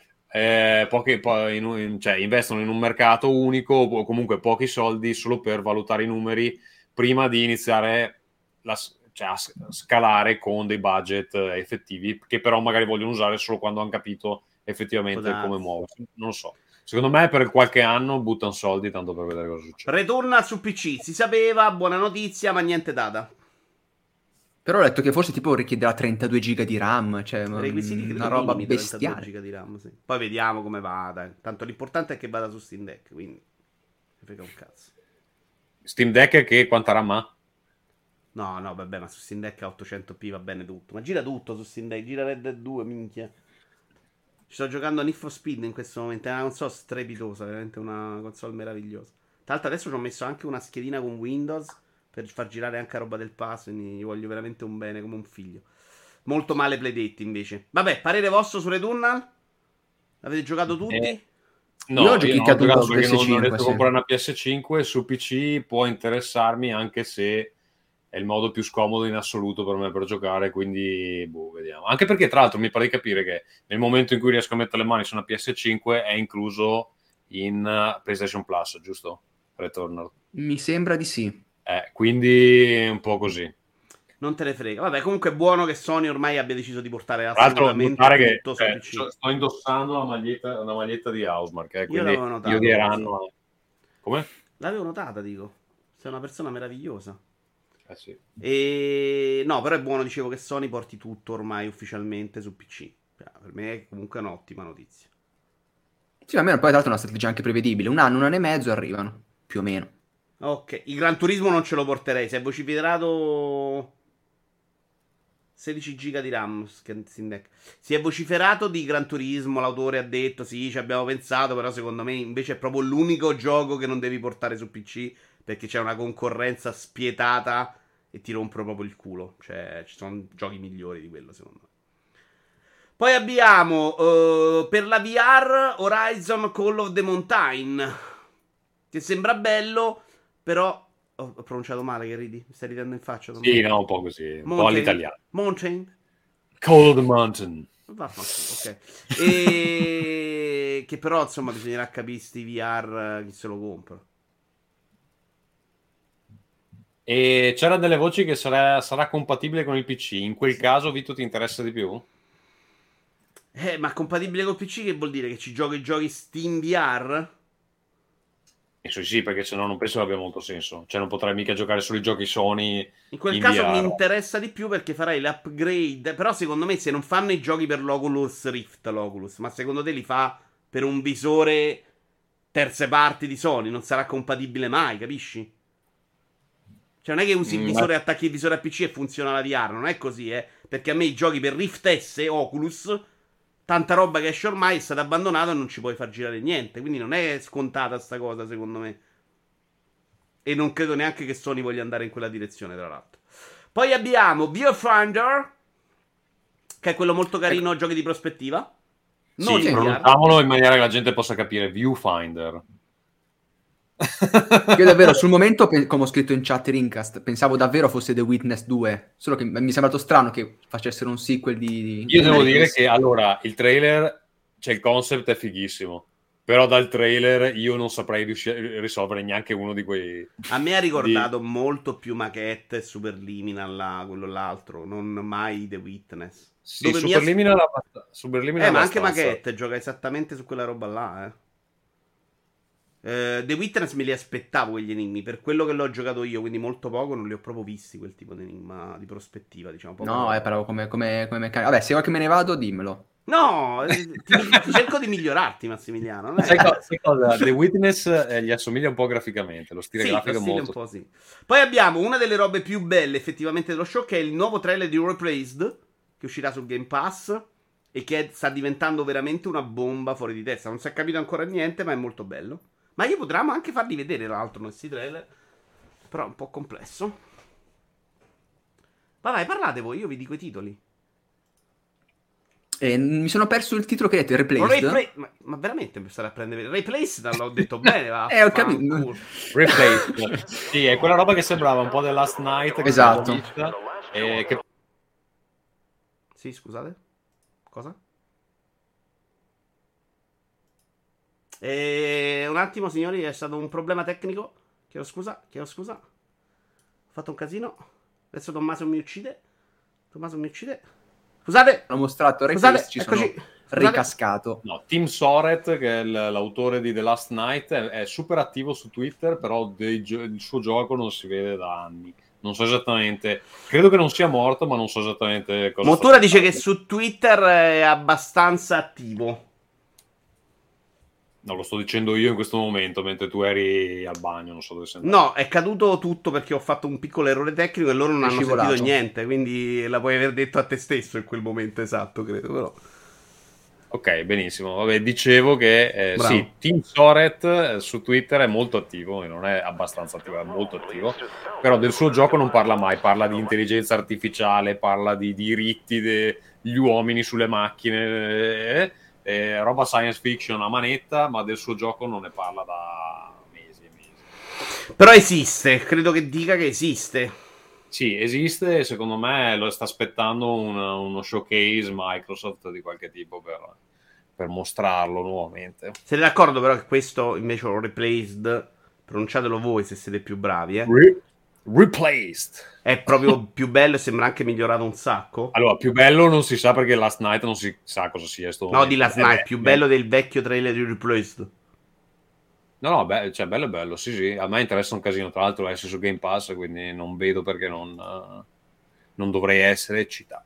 Cioè, investono in un mercato unico o comunque pochi soldi solo per valutare i numeri prima di iniziare a scalare con dei budget effettivi che però magari vogliono usare solo quando hanno capito effettivamente come muoversi. Non lo so. Secondo me per qualche anno buttano soldi tanto per vedere cosa succede. Ritorna su PC, si sapeva, buona notizia, ma niente data. Però ho letto che forse tipo richiederà 32 giga di RAM, cioè Requisiti una roba minimi, 32 bestiale. giga di RAM, sì. Poi vediamo come va, dai. Tanto l'importante è che vada su Steam Deck, quindi mi frega un cazzo. Steam Deck che quanta RAM ha? No, vabbè, ma su Steam Deck a 800p va bene tutto. Ma gira tutto su Steam Deck, gira Red Dead 2, minchia. Ci sto giocando a Need for Speed in questo momento. È una console strepitosa, veramente una console meravigliosa. Tra l'altro adesso ci ho messo anche una schedina con Windows per far girare anche roba del pass, quindi gli voglio veramente un bene come un figlio. Molto male Playdetti invece. Vabbè, parere vostro su Returnal? L'avete giocato tutti? No, Io ho io giocato non ho su giocato perché non ho PS5, detto sì. comprare una PS5. Su PC può interessarmi, anche se è il modo più scomodo in assoluto per me per giocare, quindi vediamo. Anche perché tra l'altro mi pare di capire che nel momento in cui riesco a mettere le mani su una PS5 è incluso in PlayStation Plus, giusto? Returnal. Mi sembra di sì. Quindi è un po' così. Non te ne frega. Vabbè, comunque è buono che Sony ormai abbia deciso di portare Tra l'altro assolutamente notare che tutto su PC. sto indossando una maglietta di Housemarque, Io quindi l'avevo notato, io diranno come? L'avevo notata, dico. Sei una persona meravigliosa. Sì. E no, però è buono, dicevo, che Sony porti tutto ormai ufficialmente su PC. Per me è comunque un'ottima notizia. Sì, almeno poi tra l'altro è una strategia anche prevedibile. Un anno e mezzo arrivano, più o meno. Ok, il Gran Turismo non ce lo porterei. Si è vociferato 16 giga di RAM. Si è vociferato di Gran Turismo. L'autore ha detto: sì, ci abbiamo pensato. Però secondo me invece è proprio l'unico gioco che non devi portare su PC, perché c'è una concorrenza spietata e ti rompono proprio il culo. Cioè, ci sono giochi migliori di quello, secondo me. Poi abbiamo per la VR Horizon Call of the Mountain, che sembra bello, però ho pronunciato male, che ridi? Mi stai ridendo in faccia? Sì, no, un po' così, un po' all'italiano. Mountain? Call of the Mountain. Ok. E che però, insomma, bisognerà capire sti VR chi se lo compra. E c'erano delle voci che sarà compatibile con il PC. In quel caso, Vito, ti interessa di più? Ma compatibile col PC che vuol dire? Che ci giochi i giochi Steam VR? Sì, perché se no non penso che abbia molto senso. Cioè non potrai mica giocare solo i giochi Sony in quel caso VR. Mi interessa di più perché farai l'upgrade. Però secondo me se non fanno i giochi per l'Oculus Rift, ma secondo te li fa per un visore terze parti di Sony? Non sarà compatibile mai, capisci? Cioè non è che usi il visore, attacchi il visore a PC e funziona la VR. Non è così, perché a me i giochi per Rift S, Oculus, tanta roba che esce ormai è stata abbandonata e non ci puoi far girare niente. Quindi non è scontata sta cosa, secondo me. E non credo neanche che Sony voglia andare in quella direzione, tra l'altro. Poi abbiamo Viewfinder, che è quello molto carino, giochi di prospettiva. Non sì, pronunciamolo in maniera che la gente possa capire. Viewfinder. Io davvero sul momento, come ho scritto in chat Rincast, pensavo davvero fosse The Witness 2, solo che mi è sembrato strano che facessero un sequel di Io devo dire che allora il trailer, cioè il concept è fighissimo, però dal trailer io non saprei risolvere neanche uno di quei. A me ha ricordato molto più Maquette e Superliminal, quello l'altro, non mai The Witness. Sì, Superliminal ma anche Maquette gioca esattamente su quella roba là, The Witness me li aspettavo quegli enigmi. Per quello che l'ho giocato io, quindi molto poco, non li ho proprio visti quel tipo di enigma di prospettiva, diciamo. No, però come meccanica. Vabbè, se vuoi che me ne vado, dimmelo. No, ti cerco di migliorarti, Massimiliano. Sai cosa? The Witness gli assomiglia un po' graficamente. Lo stile grafico è molto. Un po', sì. Poi abbiamo una delle robe più belle effettivamente dello show, che è il nuovo trailer di Replaced, che uscirà sul Game Pass e che sta diventando veramente una bomba fuori di testa. Non si è capito ancora niente, ma è molto bello. Ma io potremmo anche farli vedere, tra l'altro, questi trailer. Però è un po' complesso. Vai, parlate voi, io vi dico i titoli. Mi sono perso il titolo che hai detto, Replaced. Ma veramente per stare a prendere Replaced, l'ho detto bene, va. Ho capito. Replaced. Sì, è quella roba che sembrava un po' The Last Night. Esatto. Sì, scusate. Cosa? Un attimo, signori, è stato un problema tecnico. Chiedo scusa. Ho fatto un casino. Adesso Tommaso mi uccide. Scusate. Ho mostrato Scusate, ci sono ricascato. No, Tim Soret, che è l'autore di The Last Night, è super attivo su Twitter, però il suo gioco non si vede da anni. Non so esattamente, credo che non sia morto, ma non so esattamente cosa. Motura dice che su Twitter è abbastanza attivo. No, lo sto dicendo io in questo momento, mentre tu eri al bagno, non so dove sei andato. No, è caduto tutto perché ho fatto un piccolo errore tecnico e loro non hanno sentito niente, quindi la puoi aver detto a te stesso in quel momento esatto, credo, però. Ok, benissimo. Vabbè, dicevo che Bravo. sì, Team Soret su Twitter è molto attivo, e non è abbastanza attivo, è molto attivo, però del suo gioco non parla mai, parla di intelligenza artificiale, parla di diritti degli uomini sulle macchine, roba science fiction a manetta, ma del suo gioco non ne parla da mesi e mesi. Però esiste, credo che dica che esiste. Sì, esiste e secondo me lo sta aspettando uno showcase Microsoft di qualche tipo per mostrarlo nuovamente. Siete d'accordo però che questo invece lo replaced, pronunciatelo voi se siete più bravi, Replaced. è proprio più bello e sembra anche migliorato un sacco. Allora, più bello non si sa perché Last Night non si sa cosa sia. No, di Last Night, più bello del vecchio trailer di Replaced. No, cioè bello è bello, sì. A me interessa un casino, tra l'altro è su Game Pass, quindi non vedo perché non dovrei essere eccitato.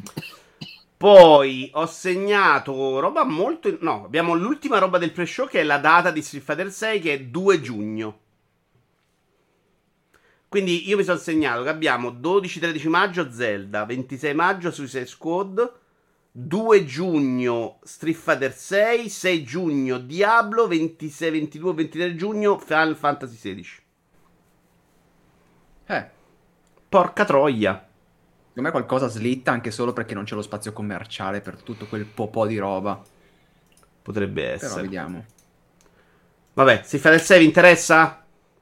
Poi ho segnato roba molto... No, abbiamo l'ultima roba del pre-show che è la data di Street Fighter 6 che è 2 giugno. Quindi io mi sono segnato che abbiamo 12-13 maggio Zelda, 26 maggio Suicide Squad, 2 giugno Street Fighter 6, 6 giugno Diablo, 26, 22, 23 giugno Final Fantasy 16. Porca troia. Secondo me qualcosa slitta anche solo perché non c'è lo spazio commerciale per tutto quel po' di roba. Potrebbe Però essere. vediamo. Vabbè, Street Fighter 6 vi interessa?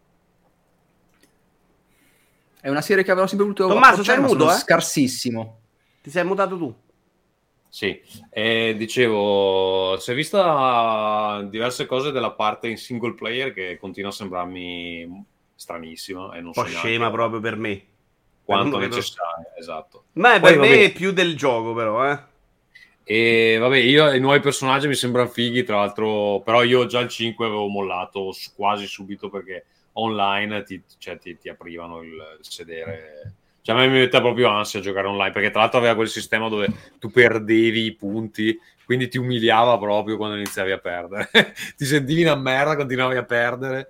È una serie che avevo sempre voluto Tommaso, approcciare, sei ma muto, sono eh? scarsissimo. Ti sei mutato tu? Sì, dicevo, si è vista diverse cose della parte in single player che continua a sembrarmi stranissima e non Un po' so scema neanche proprio per me. quanto Per uno che necessaria, esatto. Ma Poi, per me vabbè, è più del gioco però, eh. E vabbè, io i nuovi personaggi mi sembrano fighi, tra l'altro, però io già il 5 avevo mollato quasi subito perché online ti aprivano il sedere. Cioè a me mi mette proprio ansia giocare online, perché tra l'altro aveva quel sistema dove tu perdevi i punti, quindi ti umiliava proprio quando iniziavi a perdere. Ti sentivi una merda, continuavi a perdere.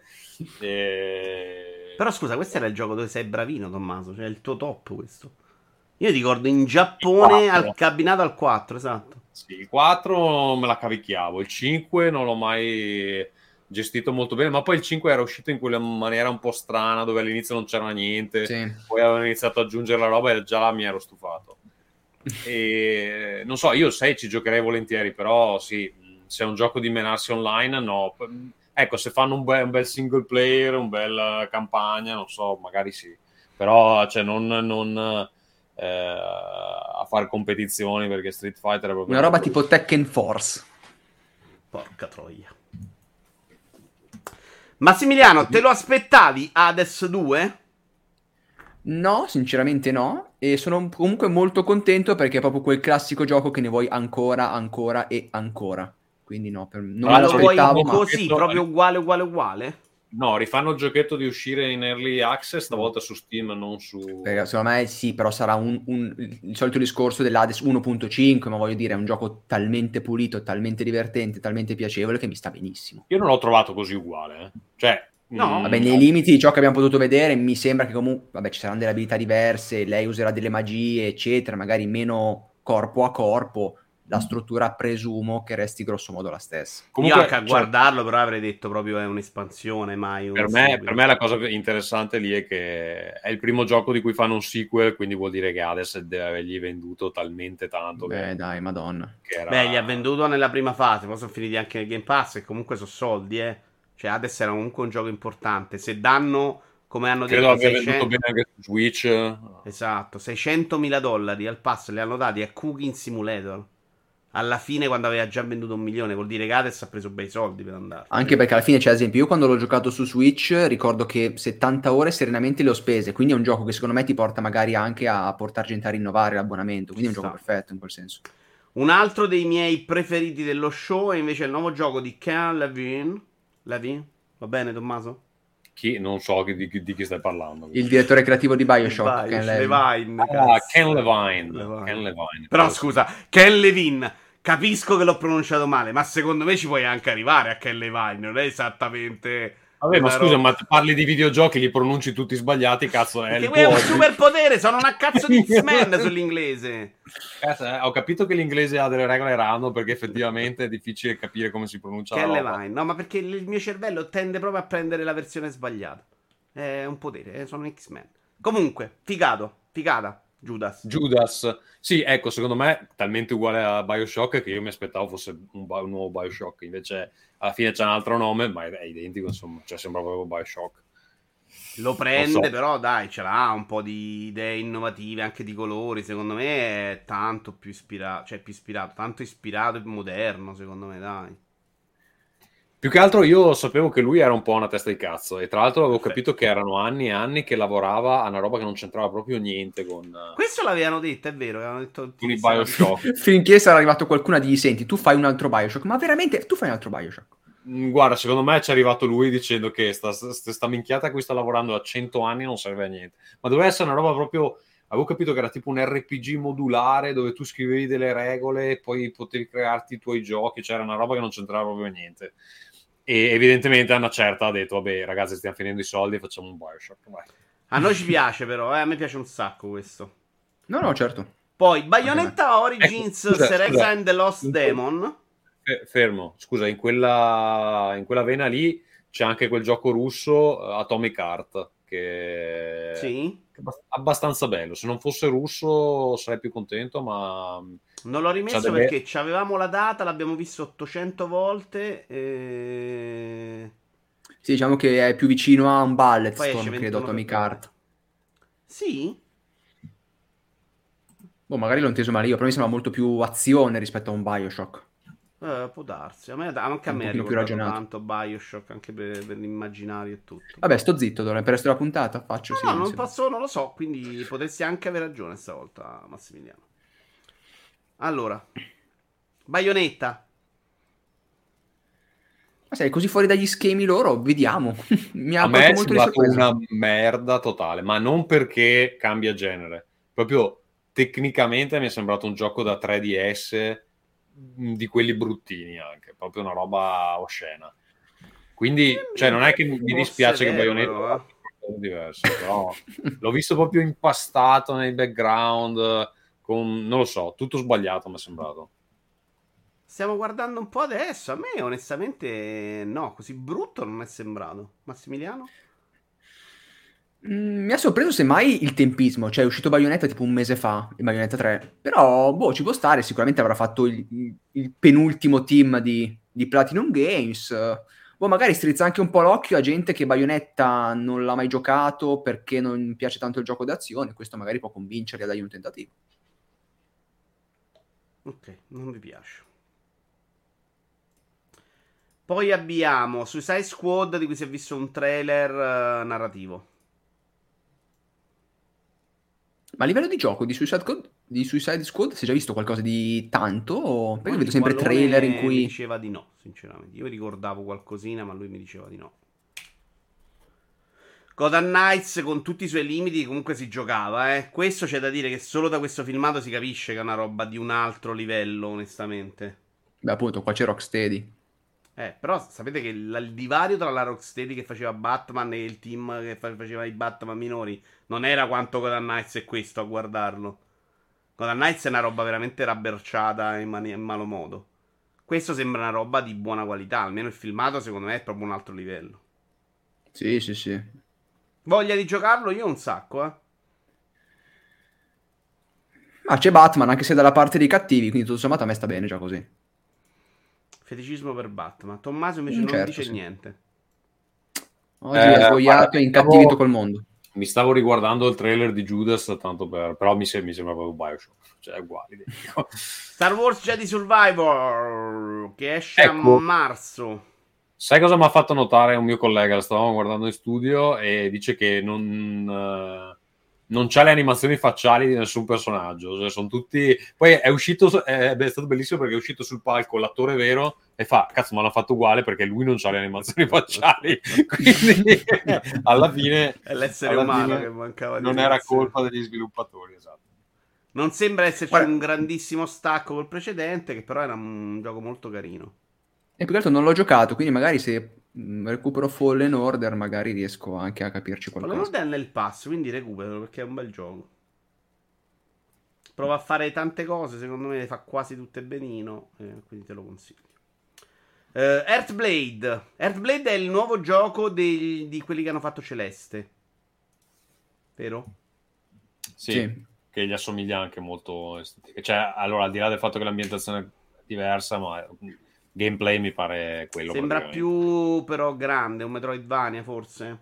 Però scusa, questo era il gioco dove sei bravino, Tommaso, cioè il tuo top questo. Io ricordo in Giappone cabinato al 4, esatto. Sì, il 4 me la cavicchiavo, il 5 non l'ho mai gestito molto bene, ma poi il 5 era uscito in quella maniera un po' strana dove all'inizio non c'era niente, Sì. poi avevano iniziato ad aggiungere la roba e già mi ero stufato. E non so, io 6 ci giocherei volentieri, però sì, se è un gioco di menarsi online, no. Ecco, se fanno un bel single player, un bel campagna, non so, magari sì, però cioè non a fare competizioni, perché Street Fighter è proprio Una roba tipo Tekken Force. Porca troia. Massimiliano, te lo aspettavi Hades 2? No, sinceramente no. E sono comunque molto contento perché è proprio quel classico gioco che ne vuoi ancora e ancora. Quindi no, non Ma me lo vuoi l'aspettavo, ma... così, proprio uguale? No, rifanno il giochetto di uscire in early access, stavolta su Steam, non su... Perché secondo me sì, però sarà il solito discorso dell'Hades 1.5, ma voglio dire, è un gioco talmente pulito, talmente divertente, talmente piacevole che mi sta benissimo. Io non l'ho trovato così uguale, Cioè... No. Vabbè, nei limiti di ciò che abbiamo potuto vedere, mi sembra che comunque, vabbè, ci saranno delle abilità diverse, lei userà delle magie, eccetera, magari meno corpo a corpo, la struttura presumo che resti grosso modo la stessa. Comunque, io anche a guardarlo però avrei detto proprio è un'espansione, mai un per me la cosa interessante lì è che è il primo gioco di cui fanno un sequel, quindi vuol dire che Hades deve avergli venduto talmente tanto. Beh, dai, madonna. Che era... Beh, gli ha venduto nella prima fase, poi sono finiti anche nel Game Pass e comunque sono soldi, Cioè Hades era comunque un gioco importante. Se danno, come hanno Credo detto, abbia venduto bene anche su Switch. Esatto, $600.000 al pass li hanno dati a Cooking Simulator. Alla fine, quando aveva già venduto 1 milione, vuol dire che Hades ha preso bei soldi per andare. Anche perché alla fine, cioè, ad esempio, io quando l'ho giocato su Switch ricordo che 70 ore serenamente le ho spese, quindi è un gioco che secondo me ti porta magari anche a portare gente a rinnovare l'abbonamento, quindi è un gioco perfetto in quel senso. Un altro dei miei preferiti dello show è invece il nuovo gioco di Ken Levine. Levine? Va bene, Tommaso? Chi? Non so di chi stai parlando. Il direttore creativo di BioShock, Ken Levine. Ken Levine. Però scusa, Ken Levine, capisco che l'ho pronunciato male, ma secondo me ci puoi anche arrivare a Ken Levine, non è esattamente Vabbè, ma Una scusa, roba. ma parli di videogiochi, li pronunci tutti sbagliati, cazzo, è Perché il qui è tuo un hobby. superpotere, sono una cazzo di X-Men sull'inglese. Cazzo, ho capito che l'inglese ha delle regole random perché effettivamente è difficile capire come si pronuncia la Che roba. Levine. No, ma perché il mio cervello tende proprio a prendere la versione sbagliata. È un potere, sono X-Men. Comunque, figata, Judas, sì, ecco, secondo me talmente uguale a BioShock che io mi aspettavo fosse un nuovo BioShock, invece alla fine c'è un altro nome, ma è identico, insomma, cioè sembra proprio BioShock. Lo Non so. prende, però dai, ce l'ha un po' di idee innovative, anche di colori. Secondo me è tanto più ispirato, cioè più ispirato, tanto ispirato e moderno, secondo me, dai. Più che altro io sapevo che lui era un po' una testa di cazzo e tra l'altro avevo Perfetto. capito che erano anni e anni che lavorava a una roba che non c'entrava proprio niente Questo l'avevano detto, è vero, avevano detto con i sì, sarà- BioShock. Finché sarà arrivato qualcuno a dirgli, senti, tu fai un altro Bioshock, ma veramente tu fai un altro Bioshock? Guarda, secondo me ci è arrivato lui dicendo che sta minchiata a cui sta lavorando da 100 anni non serve a niente. Ma doveva essere una roba proprio... Avevo capito che era tipo un RPG modulare dove tu scrivevi delle regole e poi potevi crearti i tuoi giochi, cioè era una roba che non c'entrava proprio niente. E evidentemente a una certa ha detto, vabbè ragazzi stiamo finendo i soldi, facciamo un Bioshock. Vai. A noi ci piace, però, a me piace un sacco questo. No, certo. Poi, Anche Bayonetta Origins, Ecco, scusa, Cereza and the Lost in Demon. Fermo, scusa, in quella vena lì c'è anche quel gioco russo Atomic Heart che Sì. è abbastanza bello. Se non fosse russo sarei più contento, ma Non l'ho rimesso c'ha delle- perché avevamo la data, l'abbiamo visto 800 volte. E... Sì, diciamo che è più vicino a un Poi esce Bulletstorm, 21 credo, Atomic febbraio. Heart. Sì? Boh, magari l'ho inteso male io, però mi sembra molto più azione rispetto a un Bioshock. Può darsi. Anche a Un me ha pochino più ricordato ragionato. tanto Bioshock, anche per l'immaginario e tutto. Vabbè, sto zitto, per il resto della puntata faccio No, silenzio. non lo so, quindi potresti anche aver ragione stavolta, Massimiliano. Allora, Bayonetta. Ma sei così fuori dagli schemi loro? Vediamo. Mi ha a me colto è molto di sembrato sorpresa. una merda totale, ma non perché cambia genere, proprio tecnicamente mi è sembrato un gioco da 3DS di quelli bruttini anche, proprio una roba oscena. Quindi, cioè, non è che mi dispiace che Bayonetta Severo, faccia qualcosa di diverso, però l'ho visto proprio impastato nei background, con, non lo so, tutto sbagliato mi è sembrato. Stiamo guardando un po' adesso. A me, onestamente, no, così brutto non è sembrato. Massimiliano? Mi ha sorpreso semmai il tempismo, cioè è uscito Bayonetta tipo un mese fa, il Bayonetta 3, però boh, ci può stare, sicuramente avrà fatto il penultimo team di Platinum Games, boh, magari strizza anche un po' l'occhio a gente che Bayonetta non l'ha mai giocato perché non piace tanto il gioco d'azione, questo magari può convincerli a dargli un tentativo. Ok, non mi piace. Poi abbiamo Suicide Squad, di cui si è visto un trailer narrativo. Ma a livello di gioco di Suicide Squad si è già visto qualcosa di tanto? Perché io vedo Poi sempre Guallone trailer in mi cui... diceva di no, sinceramente. Io ricordavo qualcosina, ma lui mi diceva di no. Gotham Knights con tutti i suoi limiti comunque si giocava, eh. Questo c'è da dire che solo da questo filmato si capisce che è una roba di un altro livello, onestamente. Beh, appunto, qua c'è Rocksteady. Però sapete che il divario tra la Rocksteady che faceva Batman e il team che faceva i Batman minori non era quanto Gotham Knights e questo a guardarlo. Gotham Knights è una roba veramente rabberciata in malo modo. Questo sembra una roba di buona qualità, almeno il filmato secondo me è proprio un altro livello. Sì, sì, sì. Voglia di giocarlo io un sacco, eh. Ma c'è Batman, anche se dalla parte dei cattivi, quindi tutto sommato a me sta bene già così. Feticismo per Batman. Tommaso invece non Certo, dice sì. niente. Oggi è svogliato guarda, e incattivito col mondo. Mi stavo riguardando il trailer di Judas, tanto però mi sembra proprio Bioshock, cioè è uguale. Dico. Star Wars Jedi Survivor che esce Ecco. a marzo. Sai cosa mi ha fatto notare un mio collega? Lo stavamo guardando in studio e dice che non c'ha le animazioni facciali di nessun personaggio. Cioè, sono tutti... Poi è uscito, è stato bellissimo perché è uscito sul palco l'attore vero e fa, cazzo, ma l'ha fatto uguale perché lui non c'ha le animazioni facciali. Quindi alla fine... È l'essere alla umano fine che mancava di non era animazione. colpa degli sviluppatori, esatto. Non sembra esserci Guarda- un grandissimo stacco col precedente, che però era un gioco molto carino. E più che altro non l'ho giocato, quindi magari se recupero Fallen Order magari riesco anche a capirci Fallen qualcosa. Order è nel pass, quindi recupero perché è un bel gioco. Prova a fare tante cose, secondo me le fa quasi tutte benino, quindi te lo consiglio. Earthblade. Earthblade è il nuovo gioco di quelli che hanno fatto Celeste. Vero? Sì, Sì. che gli assomiglia anche molto estetica. Cioè, allora, al di là del fatto che l'ambientazione è diversa, ma gameplay mi pare quello. Sembra praticamente. più però grande, un Metroidvania forse.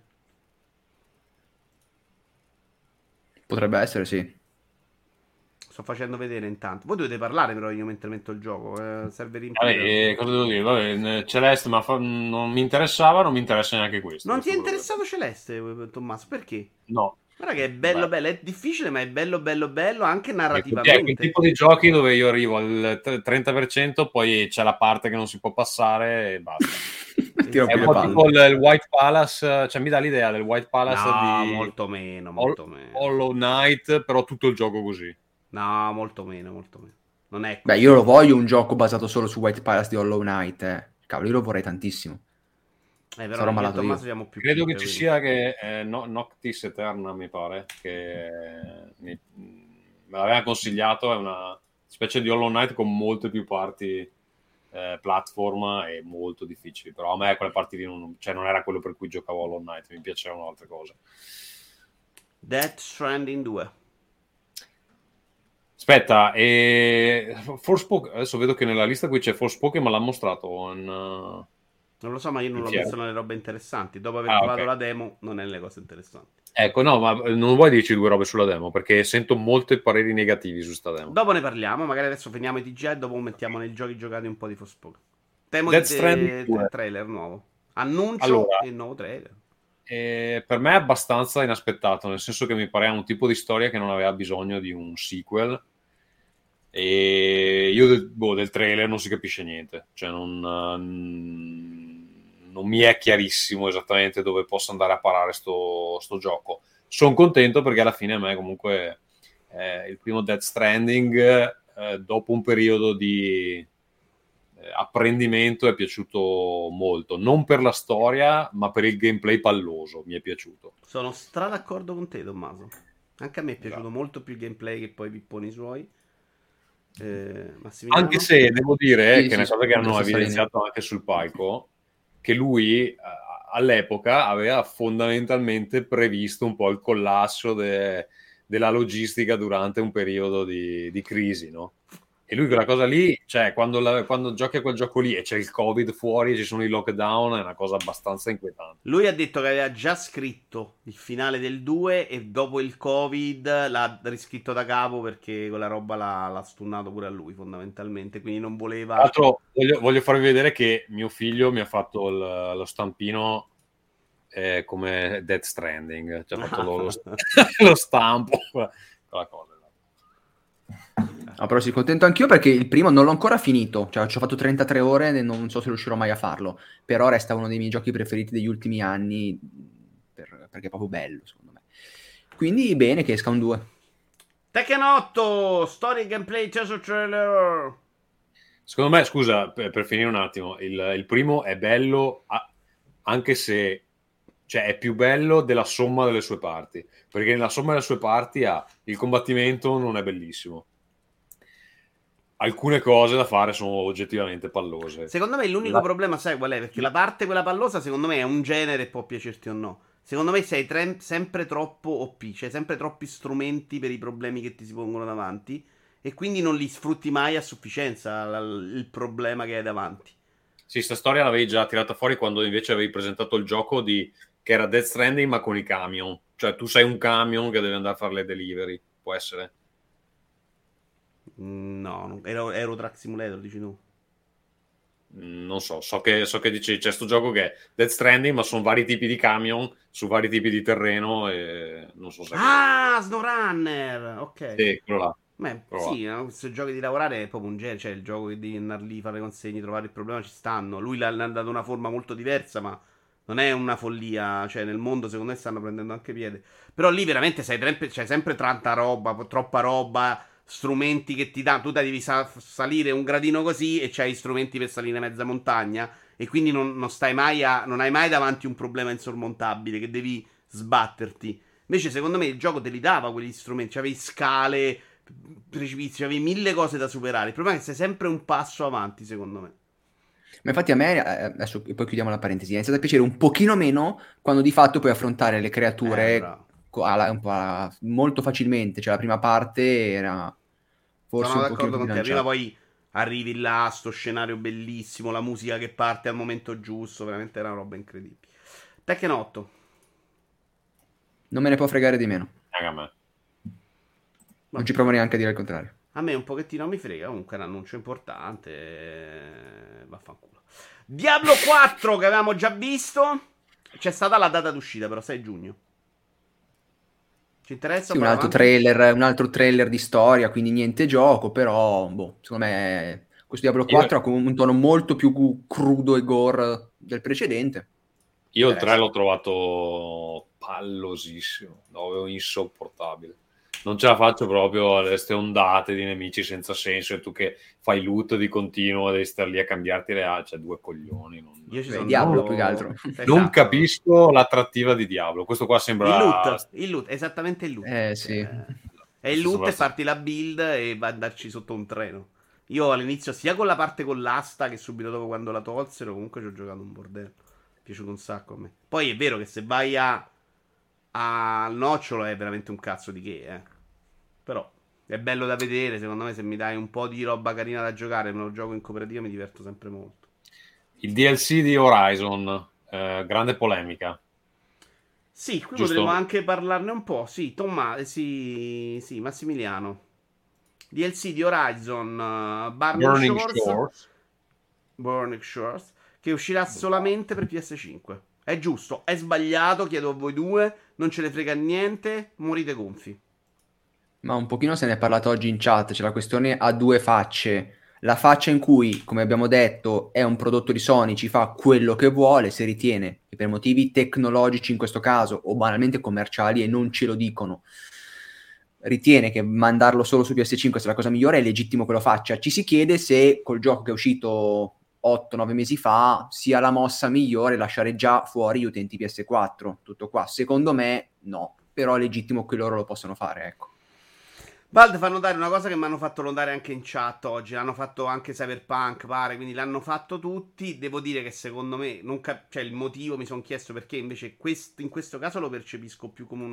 Potrebbe essere, sì. Sto facendo vedere intanto. Voi dovete parlare però io mentre metto il gioco. Serve Vabbè, riempire. cosa devo dire? Vabbè, Celeste, ma non mi interessava, non mi interessa neanche questo. Non ti è Questo quello interessato Celeste, Tommaso? Perché? no. Guarda che è bello, Beh. bello. È difficile, ma è bello, bello, bello anche È quel narrativamente. tipo di giochi dove io arrivo al 30%, poi c'è la parte che non si può passare e basta. Ti rompi È un le po' palle. tipo il White Palace, cioè mi dà l'idea del White Palace No, di molto meno, molto meno. Hollow Knight, però tutto il gioco così. No, molto meno, molto meno. Non è Beh, così. io lo voglio un gioco basato solo su White Palace di Hollow Knight, Cavolo, io lo vorrei tantissimo. Però Sarò io e malato Tommaso io. siamo più Credo che pippe, ci quindi. sia che Noctis Eterna, mi pare, che me l'aveva consigliato, è una specie di Hollow Knight con molte più parti platform e molto difficili, però a me quelle parti lì cioè non era quello per cui giocavo Hollow Knight, mi piacevano altre cose. Death Stranding 2. Aspetta, e Forspoken, adesso vedo che nella lista qui c'è Forspoken, ma l'ha mostrato Non lo so, ma io non in l'ho fiera. visto nelle robe interessanti. Dopo aver Ah, provato ok. la demo, non è nelle cose interessanti. Ecco, no, ma non vuoi dirci due robe sulla demo, perché sento molti pareri negativi su sta demo. Dopo ne parliamo, magari adesso finiamo i TGA e dopo mettiamo nei giochi giocati un po' di Forspoken. Temo Death Stranding 2. trailer nuovo. Annuncio Allora, e nuovo trailer. per me è abbastanza inaspettato, nel senso che mi pare un tipo di storia che non aveva bisogno di un sequel. E io del trailer non si capisce niente, cioè non mi è chiarissimo esattamente dove possa andare a parare sto gioco. Sono contento perché alla fine a me comunque il primo Death Stranding, dopo un periodo di apprendimento, è piaciuto molto, non per la storia ma per il gameplay palloso, mi è piaciuto. Sono stra d'accordo con te, Tommaso. Anche a me è piaciuto Esatto. molto più il gameplay che poi Pipponi suoi. Massimiliano? Anche se devo dire Sì, che è una sì, cosa che sulla hanno stessa evidenziato anche sul palco, che lui all'epoca aveva fondamentalmente previsto un po' il collasso della logistica durante un periodo di crisi, no? E lui quella cosa lì, cioè quando giochi a quel gioco lì e c'è il Covid fuori e ci sono i lockdown, è una cosa abbastanza inquietante. Lui ha detto che aveva già scritto il finale del 2 e dopo il Covid l'ha riscritto da capo perché quella roba l'ha stunnato pure a lui fondamentalmente, quindi non Tra voleva... l'altro voglio farvi vedere che mio figlio mi ha fatto lo stampino come Death Stranding, cioè ha fatto lo stampo, quella cosa. Ah, però sì, contento anch'io perché il primo non l'ho ancora finito, cioè ci ho fatto 33 ore e non so se riuscirò mai a farlo, però resta uno dei miei giochi preferiti degli ultimi anni perché è proprio bello, secondo me. Quindi bene che esca un 2. Tekken 8, story, gameplay, teaser trailer. Secondo me, scusa, per finire un attimo, il primo è bello anche se, cioè, è più bello della somma delle sue parti, perché nella somma delle sue parti il combattimento non è bellissimo. Alcune cose da fare sono oggettivamente pallose. Secondo me l'unico problema, sai qual è? Perché la parte quella pallosa, secondo me, è un genere e può piacerti o no. Secondo me sei sempre troppo OP, c'è sempre troppi strumenti per i problemi che ti si pongono davanti e quindi non li sfrutti mai a sufficienza il problema che hai davanti. Sì, sta storia l'avevi già tirata fuori quando invece avevi presentato il gioco che era Death Stranding ma con i camion. Cioè tu sei un camion che deve andare a fare le delivery, può essere? No, Euro Truck Simulator, dici tu. Non so che dici c'è sto gioco che è Death Stranding ma sono vari tipi di camion su vari tipi di terreno e non so se SnowRunner, ok. sì, quello là. Beh, Quello sì, là. no? Questo gioco di lavorare è proprio un genere, cioè il gioco che devi andare lì, fare le consegne, trovare il problema, ci stanno. Lui l'ha dato una forma molto diversa, ma non è una follia, cioè nel mondo secondo me stanno prendendo anche piede. Però lì veramente c'è sempre tanta roba, troppa roba, strumenti che ti dà, tu devi salire un gradino così e c'hai strumenti per salire mezza montagna e quindi non stai mai non hai mai davanti un problema insormontabile che devi sbatterti. Invece secondo me il gioco te li dava quegli strumenti, c'avevi scale, precipizi, c'avevi mille cose da superare. Il problema è che sei sempre un passo avanti, secondo me. Ma infatti a me, adesso poi chiudiamo la parentesi, è iniziato a piacere un pochino meno quando di fatto puoi affrontare le creature Bravo. molto facilmente, cioè la prima parte era forse Sono un pochino d'accordo più con te. Prima bilanciata. poi arrivi là, sto scenario bellissimo, la musica che parte al momento giusto, veramente era una roba incredibile. Tekken 8. Non me ne può fregare di meno, Anche a me. non ci provo neanche a dire il contrario. A me un pochettino mi frega, comunque è un annuncio importante. Vaffanculo. Diablo 4 che avevamo già visto. C'è stata la data d'uscita, però 6 giugno. Ci interessa? Sì, un Portare altro trailer di storia, quindi niente gioco, però boh, secondo me questo Diablo 4 ha comunque un tono molto più crudo e gore del precedente. Io il Interessa. 3 l'ho trovato pallosissimo, lo avevo insopportabile. Non ce la faccio proprio a queste ondate di nemici senza senso e tu che fai loot di continuo devi stare lì a cambiarti le armi, cioè due coglioni. Io ci Beh, sono Diablo andato- più che altro. Non Esatto. capisco l'attrattiva di Diablo. Questo qua sembra... Il loot, esattamente il loot. Sì. È il loot e farti la build e va a darci sotto un treno. Io all'inizio, sia con la parte con l'asta che subito dopo quando la tolsero, comunque ci ho giocato un bordello. Mi è piaciuto un sacco a me. Poi è vero che se vai al nocciolo è veramente un cazzo di che, Però è bello da vedere. Secondo me, se mi dai un po' di roba carina da giocare, me lo gioco in cooperativa, mi diverto sempre molto. Il DLC di Horizon, grande polemica. Sì, qui Giusto? potremmo anche parlarne un po'. Sì, sì, Massimiliano. DLC di Horizon Burning Shores. Burning Shores, che uscirà solamente per PS5. È giusto, è sbagliato, chiedo a voi due, non ce ne frega niente, morite gonfi. Ma un pochino se ne è parlato oggi in chat, c'è la questione a due facce. La faccia in cui, come abbiamo detto, è un prodotto di Sony, ci fa quello che vuole, se ritiene che per motivi tecnologici in questo caso, o banalmente commerciali, e non ce lo dicono, ritiene che mandarlo solo su PS5 sia la cosa migliore, è legittimo che lo faccia. Ci si chiede se col gioco che è uscito 8-9 mesi fa sia la mossa migliore lasciare già fuori gli utenti PS4. Tutto qua. Secondo me no, però è legittimo che loro lo possano fare, ecco. Valve fa notare una cosa che mi hanno fatto notare anche in chat oggi. L'hanno fatto anche Cyberpunk, pare. Quindi l'hanno fatto tutti. Devo dire che secondo me, cioè il motivo mi sono chiesto perché invece in questo caso lo percepisco più come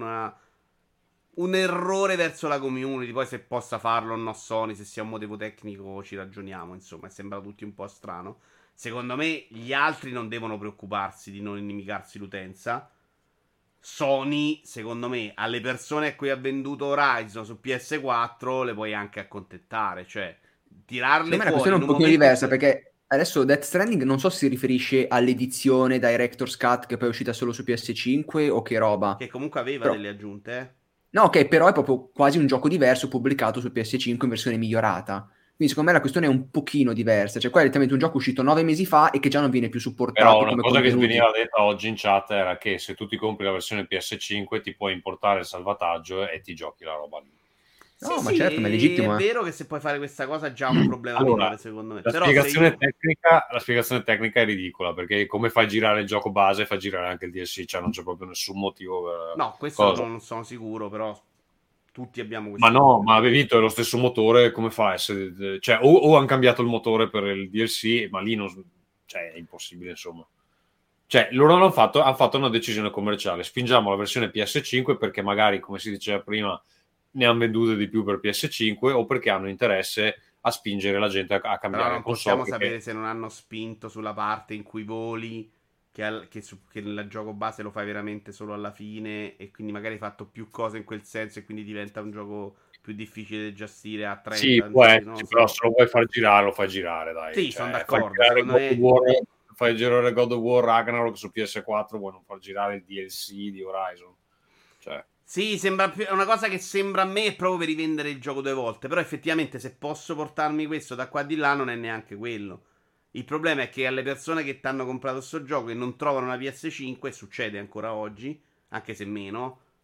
un errore verso la community. Poi se possa farlo o no Sony, se sia un motivo tecnico ci ragioniamo. Insomma, sembra tutti un po' strano. Secondo me gli altri non devono preoccuparsi di non inimicarsi l'utenza. Sony, secondo me, alle persone a cui ha venduto Horizon su PS4 le puoi anche accontentare, cioè tirarle Secondo me la fuori questione è in un pochino momento diversa, perché adesso Death Stranding non so se si riferisce all'edizione Director's Cut che poi è uscita solo su PS5 o che roba. che comunque aveva Però- delle aggiunte, No, ok, però è proprio quasi un gioco diverso pubblicato su PS5 in versione migliorata. Quindi secondo me la questione è un pochino diversa. Cioè qua è direttamente un gioco uscito 9 mesi fa e che già non viene più supportato Però una come cosa che contenuti. veniva detta oggi in chat era che se tu ti compri la versione PS5 ti puoi importare il salvataggio e ti giochi la roba lì. No, Sì, ma sì, certo, ma è legittimo. È vero che se puoi fare questa cosa è già un problema Allora, minore, secondo me. La Però spiegazione, se io... la spiegazione tecnica è ridicola, perché come fai girare il gioco base, fai girare anche il DLC, cioè non c'è proprio nessun motivo per... No, questo cosa. non sono sicuro, però tutti abbiamo Ma questo. no, ma avevi detto è lo stesso motore, come fai? Cioè, o hanno cambiato il motore per il DLC, ma lì non... Cioè, è impossibile, insomma. Cioè, loro hanno fatto una decisione commerciale. Spingiamo la versione PS5 perché magari, come si diceva prima, ne hanno vendute di più per PS5 o perché hanno interesse a spingere la gente a Però cambiare non console. possiamo sapere se non hanno spinto sulla parte in cui voli, che il gioco base lo fai veramente solo alla fine e quindi magari hai fatto più cose in quel senso e quindi diventa un gioco più difficile da gestire a 30. Sì, può non essere, so. però se lo vuoi far girare, lo fai girare, dai. Sì, Cioè, sono fai d'accordo, girare secondo God me- of War, fai girare God of War Ragnarok su PS4, vuoi non far girare il DLC di Horizon. Cioè, Sì, è una cosa che sembra a me è proprio per rivendere il gioco due volte. Però effettivamente se posso portarmi questo da qua di là non è neanche quello. Il problema è che alle persone che ti hanno comprato sto gioco e non trovano una PS5, e succede ancora oggi, anche se meno,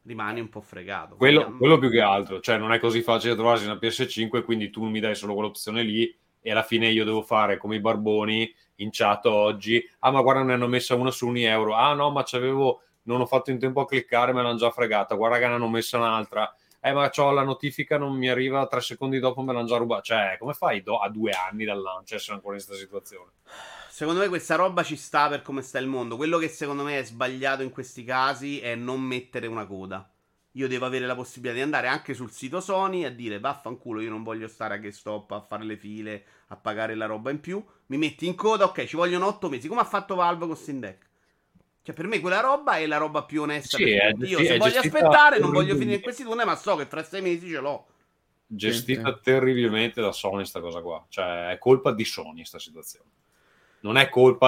rimani un po' fregato. Quello più che altro, cioè non è così facile trovarsi una PS5, quindi tu mi dai solo quell'opzione lì e alla fine io devo fare come i barboni in chat oggi. Ah, ma guarda, ne hanno messa una su €1. Ah no, ma non ho fatto in tempo a cliccare, me l'hanno già fregata. Guarda che ne hanno messa un'altra. Ma c'ho la notifica, non mi arriva 3 secondi dopo, me l'hanno già rubata. Cioè, come fai a 2 anni dal lancio essere ancora in questa situazione? Secondo me questa roba ci sta per come sta il mondo. Quello che secondo me è sbagliato in questi casi è non mettere una coda. Io devo avere la possibilità di andare anche sul sito Sony e dire vaffanculo, io non voglio stare a GameStop a fare le file, a pagare la roba in più. Mi metti in coda, ok, ci vogliono 8 mesi, come ha fatto Valve con Steam Deck. Cioè, per me quella roba è la roba più onesta. Sì, Io se voglio aspettare, non voglio finire in questi tunnel, ma so che fra 6 mesi ce l'ho. Gestita terribilmente da Sony sta cosa qua. Cioè, è colpa di Sony sta situazione. Non è colpa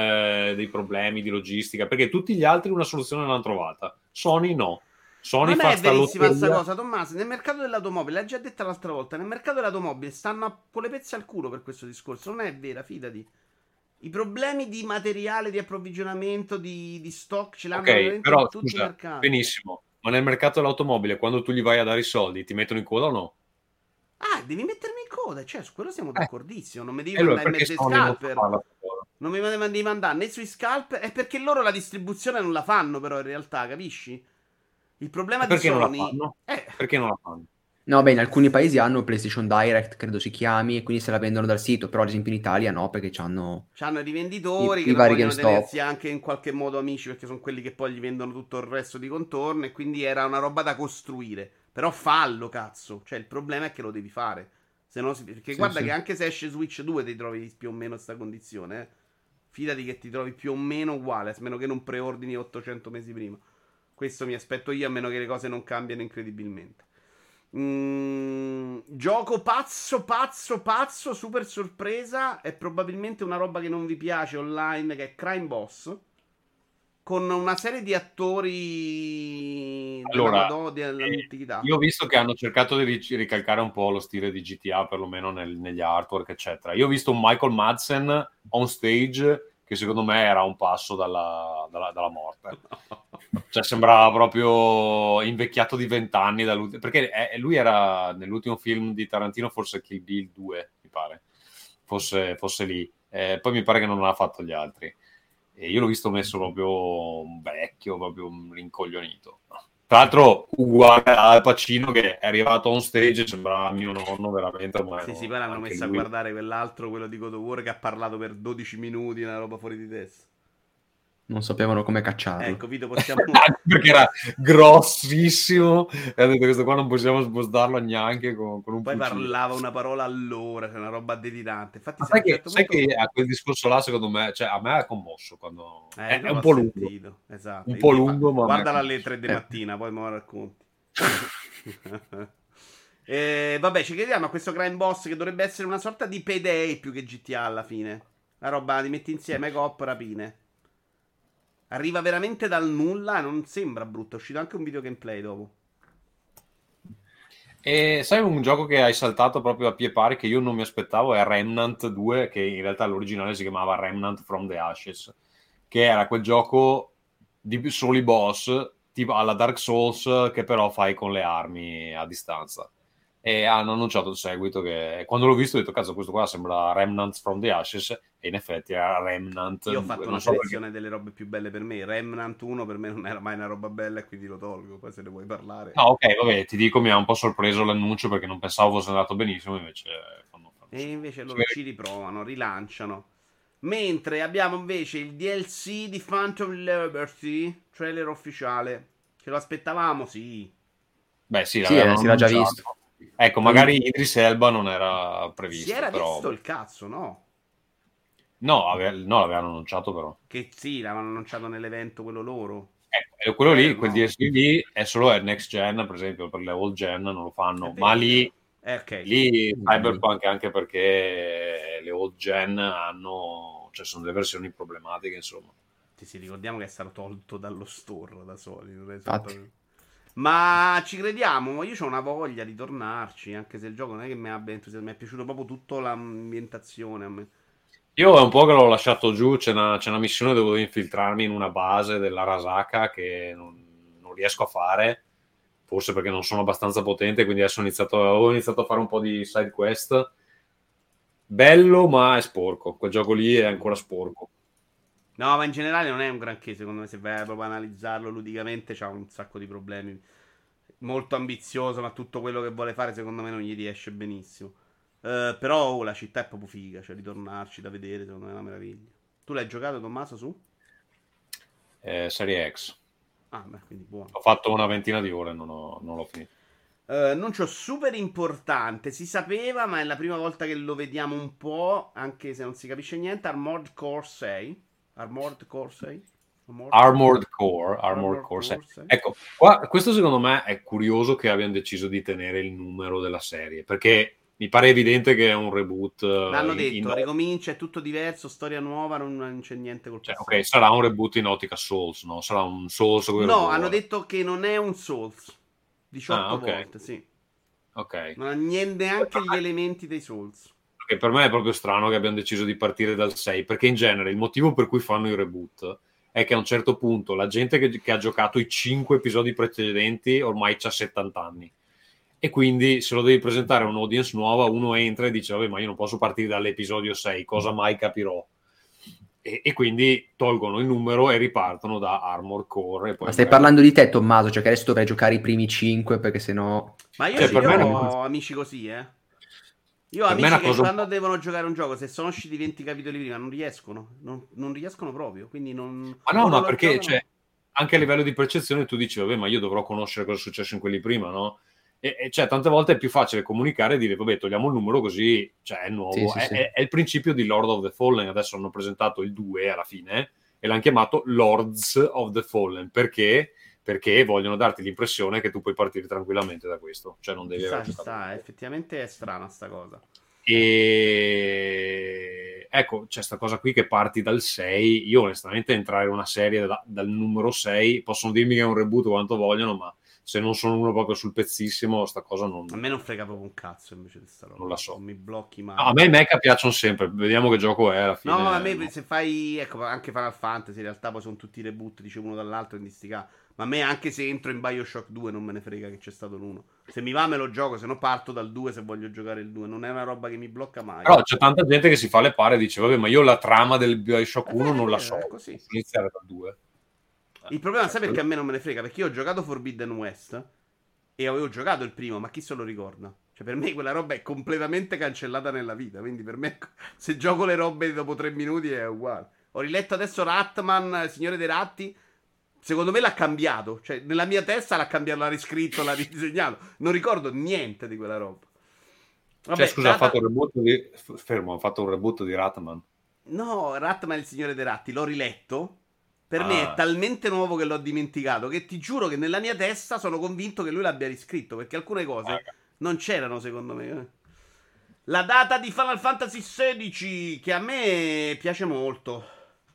dei problemi di logistica, perché tutti gli altri una soluzione l'hanno trovata. Sony no. Sony non fa è verissima lotteria. questa cosa, Tommaso. Nel mercato dell'automobile, l'hai già detta l'altra volta, nel mercato dell'automobile stanno con le pezze al culo per questo discorso. Non è vera, fidati. I problemi di materiale, di approvvigionamento, di stock ce l'hanno veramente però, in tutti i mercati. Benissimo, ma nel mercato dell'automobile, quando tu gli vai a dare i soldi, ti mettono in coda o no? Ah, devi mettermi in coda, cioè su quello siamo d'accordissimo. Non mi devi Allora, mandare in perché mezzo ai Sony non scalper. fa la cosa? Non mi devi mandare né sui scalper. È perché loro la distribuzione non la fanno, però in realtà, capisci? Il problema di Perché non la Sony fanno? Perché non la fanno? No, beh, in alcuni paesi hanno PlayStation Direct, credo si chiami, e quindi se la vendono dal sito, però ad esempio in Italia no, perché hanno C'hanno i rivenditori i che non vari vogliono GameStop. tenersi anche in qualche modo amici, perché sono quelli che poi gli vendono tutto il resto di contorno. E quindi era una roba da costruire. Però fallo, cazzo. Cioè, il problema è che lo devi fare. Se no perché Sì, guarda sì. che anche se esce Switch 2 ti trovi più o meno in sta condizione. Fidati che ti trovi più o meno uguale, a meno che non preordini 800 mesi prima. Questo mi aspetto io, a meno che le cose non cambiano incredibilmente. Gioco pazzo, super sorpresa. È probabilmente una roba che non vi piace online, che è Crime Boss. Con una serie di attori dell'antichità. Io ho visto che hanno cercato di ricalcare un po' lo stile di GTA, perlomeno negli artwork, eccetera. Io ho visto un Michael Madsen on stage che secondo me era un passo dalla morte. Cioè sembrava proprio invecchiato di 20 anni perché lui era nell'ultimo film di Tarantino, forse Kill Bill 2 mi pare fosse lì, poi mi pare che non l'ha fatto gli altri, e io l'ho visto messo proprio un vecchio, proprio un rincoglionito, tra l'altro uguale Al Pacino che è arrivato on stage e sembrava mio nonno veramente. Sì, poi l'hanno messo a guardare quell'altro, quello di God of War, che ha parlato per 12 minuti, una roba fuori di testa. Non sapevano come cacciarlo. Ecco, Vito, possiamo... perché era grossissimo e ha detto questo qua non possiamo spostarlo neanche con un poi fucile. Parlava una parola all'ora, cioè una roba delirante. Infatti, sai che a quel discorso là secondo me, cioè a me ha commosso quando è un po' lungo. Esatto. Un po' lungo, ma guardala alle 3 di mattina, poi me lo racconti. Vabbè, ci crediamo a questo Crime Boss che dovrebbe essere una sorta di Payday più che GTA alla fine. La roba ti metti insieme coop rapine. Arriva veramente dal nulla e non sembra brutto. È uscito anche un video gameplay dopo. E sai un gioco che hai saltato proprio a pie pari che io non mi aspettavo è Remnant 2, che in realtà l'originale si chiamava Remnant from the Ashes, che era quel gioco di soli boss tipo alla Dark Souls che però fai con le armi a distanza, e hanno annunciato il seguito che quando l'ho visto ho detto cazzo, questo qua sembra Remnant from the Ashes, e in effetti era Remnant. Io ho fatto una selezione delle robe più belle per me. Remnant 1 per me non era mai una roba bella e quindi lo tolgo, poi se ne vuoi parlare. No, ok, vabbè, ti dico, mi ha un po' sorpreso l'annuncio perché non pensavo fosse andato benissimo, invece e invece loro ci riprovano, rilanciano. Mentre abbiamo invece il DLC di Phantom Liberty, trailer ufficiale. Ce lo aspettavamo, sì. Beh, sì, si l'ha già visto. Ecco, magari Idris Elba non era previsto. Si era però... visto il cazzo, no? No, l'avevano annunciato però. Che sì, l'avevano annunciato nell'evento quello loro. Quello lì, quel DLC lì è solo next gen, per esempio, per le old gen non lo fanno. Ma lì, okay. Lì Cyberpunk, anche perché le old gen hanno, cioè sono delle versioni problematiche, insomma. Sì, ricordiamo che è stato tolto dallo store da Sony. Ma ci crediamo, io ho una voglia di tornarci, anche se il gioco non è che mi abbia entusiasmato, mi è piaciuto proprio tutta l'ambientazione a me. Io è un po' che l'ho lasciato giù, c'è una missione dove devo infiltrarmi in una base dell'Arasaka che non riesco a fare, forse perché non sono abbastanza potente, quindi adesso ho iniziato a fare un po' di side quest. Bello, ma è sporco. Quel gioco lì è ancora sporco. No, ma in generale non è un granché, secondo me, se vai proprio a analizzarlo ludicamente c'ha un sacco di problemi. Molto ambizioso, ma tutto quello che vuole fare secondo me non gli riesce benissimo. Però la città è proprio figa, cioè ritornarci da vedere, secondo me è una meraviglia. Tu l'hai giocato, Tommaso, su? Serie X. Ah, beh, quindi buono. Ho fatto una ventina di ore, non l'ho finito. Annuncio super importante, si sapeva, ma è la prima volta che lo vediamo un po', anche se non si capisce niente. Armored Core 6. Armored Core 6? Armored Core 6. 6. Ecco, qua, questo secondo me è curioso che abbiano deciso di tenere il numero della serie, perché mi pare evidente che è un reboot. L'hanno detto, ricomincia, è tutto diverso, storia nuova, non c'è niente col passato. Ok, sarà un reboot in ottica Souls, no? Sarà un Souls. No, hanno detto che non è un Souls. 18 okay. volte, sì. Ok. Non ha niente, neanche gli elementi dei Souls. Perché per me è proprio strano che abbiano deciso di partire dal 6, perché in genere il motivo per cui fanno i reboot è che a un certo punto la gente che ha giocato i 5 episodi precedenti ormai ha 70 anni. E quindi se lo devi presentare a un'audience nuova, uno entra e dice vabbè, ma io non posso partire dall'episodio 6, cosa mai capirò? E quindi tolgono il numero e ripartono da Armored Core. E poi ma stai parlando di te, Tommaso, cioè che adesso dovrai giocare i primi 5 perché sennò... Ma io, per me ho amici così, Io ho amici che quando devono giocare un gioco, se sono usciti 20 capitoli prima, non riescono. Non riescono proprio, quindi non... Ma no, ma perché cioè, anche a livello di percezione tu dici vabbè, ma io dovrò conoscere cosa è successo in quelli prima, no? E cioè tante volte è più facile comunicare e dire vabbè, togliamo il numero così, cioè è nuovo. Sì, sì. È il principio di Lord of the Fallen. Adesso hanno presentato il 2 alla fine e l'hanno chiamato Lords of the Fallen. Perché vogliono darti l'impressione che tu puoi partire tranquillamente da questo, cioè non devi ci sta, effettivamente è strana sta cosa. E ecco, c'è sta cosa qui che parti dal 6. Io onestamente entrare in una serie dal numero 6, possono dirmi che è un reboot quanto vogliono, ma se non sono uno proprio sul pezzissimo, sta cosa non... A me non frega proprio un cazzo invece di sta roba. Non la so. Non mi blocchi mai. No, a me i mecha piacciono sempre, vediamo che gioco è alla fine. No, a me se fai, ecco, anche Final Fantasy, in realtà poi sono tutti reboot, dice uno dall'altro, in distica. Ma a me anche se entro in Bioshock 2 non me ne frega che c'è stato l'1. Se mi va me lo gioco, se no parto dal 2 se voglio giocare il 2. Non è una roba che mi blocca mai. Però c'è tanta gente che si fa le pare e dice vabbè, ma io la trama del Bioshock 1 non la so, così. posso iniziare dal 2. Il problema, sai perché a me non me ne frega? Perché io ho giocato Forbidden West e avevo giocato il primo, ma chi se lo ricorda? Cioè per me quella roba è completamente cancellata nella vita, quindi per me se gioco le robe dopo 3 minuti è uguale. Ho riletto adesso Ratman, Signore dei Ratti. Secondo me l'ha cambiato, cioè nella mia testa l'ha cambiato, l'ha riscritto, l'ha ridisegnato. Non ricordo niente di quella roba. Vabbè, cioè, scusa, ha fatto un reboot di... Fermo, ha fatto un reboot di Ratman. No, Ratman è il Signore dei Ratti, l'ho riletto. Per me è talmente nuovo che l'ho dimenticato che ti giuro che nella mia testa sono convinto che lui l'abbia riscritto, perché alcune cose non c'erano secondo me. La data di Final Fantasy XVI, che a me piace molto.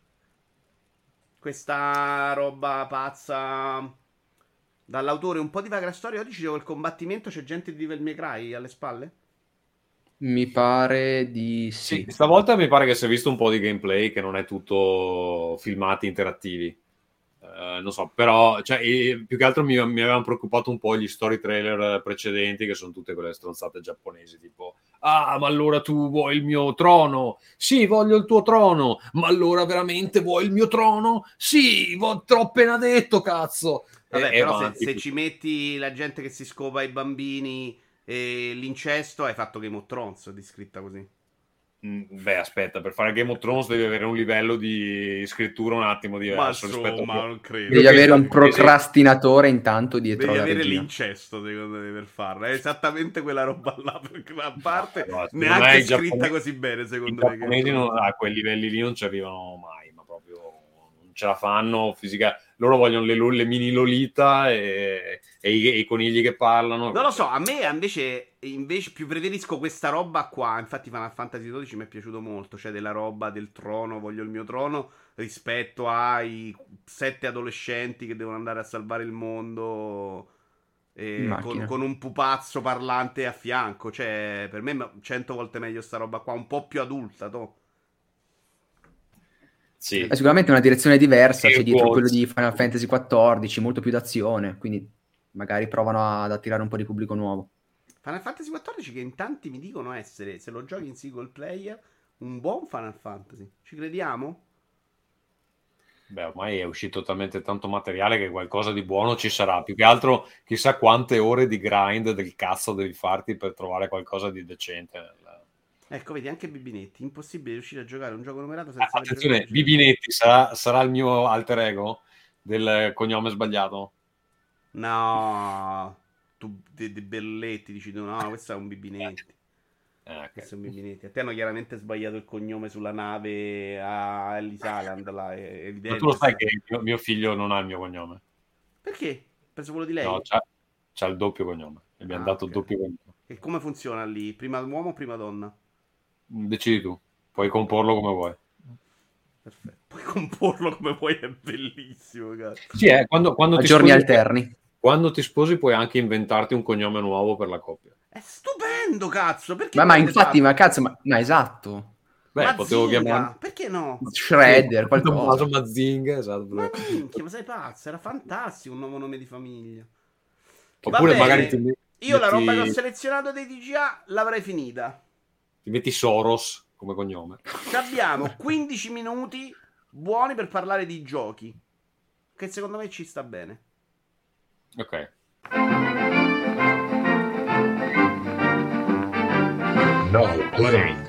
Questa roba pazza dall'autore, un po' di vaga storia. Oggi ci gioco il combattimento, c'è gente di Devil May Cry alle spalle? Mi pare di sì. Stavolta mi pare che si è visto un po' di gameplay, che non è tutto filmati interattivi. Non so, però cioè, più che altro mi avevano preoccupato un po' gli story trailer precedenti, che sono tutte quelle stronzate giapponesi, tipo ah, ma allora tu vuoi il mio trono? Sì, voglio il tuo trono. Ma allora veramente vuoi il mio trono? Sì, t'ho appena detto, cazzo. Vabbè, però se ci metti la gente che si scopa ai bambini e l'incesto, hai fatto Game of Thrones, descritta così. Beh, aspetta, per fare Game of Thrones devi avere un livello di scrittura un attimo diverso rispetto a... non credo. Devi avere un procrastinatore intanto dietro devi la avere regia. l'incesto, secondo me, per farlo. È esattamente quella roba là, perché a parte no, neanche scritta così bene, secondo me. I giapponesi a quei livelli lì non ci arrivano mai, ma proprio non ce la fanno fisica. Loro vogliono le mini Lolita e i conigli che parlano. Non lo so, a me invece più preferisco questa roba qua. Infatti Final Fantasy XII mi è piaciuto molto, cioè della roba del trono, voglio il mio trono, rispetto ai 7 adolescenti che devono andare a salvare il mondo con un pupazzo parlante a fianco. Cioè, per me è 100 volte meglio sta roba qua, un po' più adulta, Sì. È sicuramente una direzione diversa, Air c'è dietro quello Quotes. di Final Fantasy XIV, molto più d'azione, quindi magari provano ad attirare un po' di pubblico nuovo. Final Fantasy XIV che in tanti mi dicono essere, se lo giochi in single player, un buon Final Fantasy. Ci crediamo? Beh, ormai è uscito talmente tanto materiale che qualcosa di buono ci sarà. Più che altro, chissà quante ore di grind del cazzo devi farti per trovare qualcosa di decente. Ecco, vedi, anche Bibinetti. Impossibile riuscire a giocare un gioco numerato senza aver Attenzione, giocato. Bibinetti sarà il mio alter ego del cognome sbagliato? No, tu De Belletti dici tu, no, questo è un Bibinetti. Ok. Questo è un Bibinetti. A te hanno chiaramente sbagliato il cognome sulla nave a Ellis Island, là, è evidente. Ma tu lo sai che mio figlio non ha il mio cognome? Perché? Ha preso quello di lei? No, c'ha il doppio cognome. E abbiamo dato il ok. doppio cognome. E come funziona lì? Prima uomo o prima donna? Decidi tu, puoi comporlo come vuoi. Perfetto. Puoi comporlo come vuoi, è bellissimo, cazzo. Sì, quando A ti giorni sposi, alterni. quando ti sposi puoi anche inventarti un cognome nuovo per la coppia. È stupendo, cazzo. Perché Ma non l'avete infatti, fatto? ma cazzo, ma esatto. Beh, potevo Mazinga, chiamare perché no? Shredder, qualcosa. Tommaso Mazinga, esatto. Ma minchia, ma sei pazzo? Era fantastico un nuovo nome di famiglia. Oppure Va magari bene. Io la roba che ho selezionato dei TGA l'avrei finita. ti metti Soros come cognome. Ci abbiamo 15 minuti buoni per parlare di giochi. Che secondo me ci sta bene. Ok. Now playing.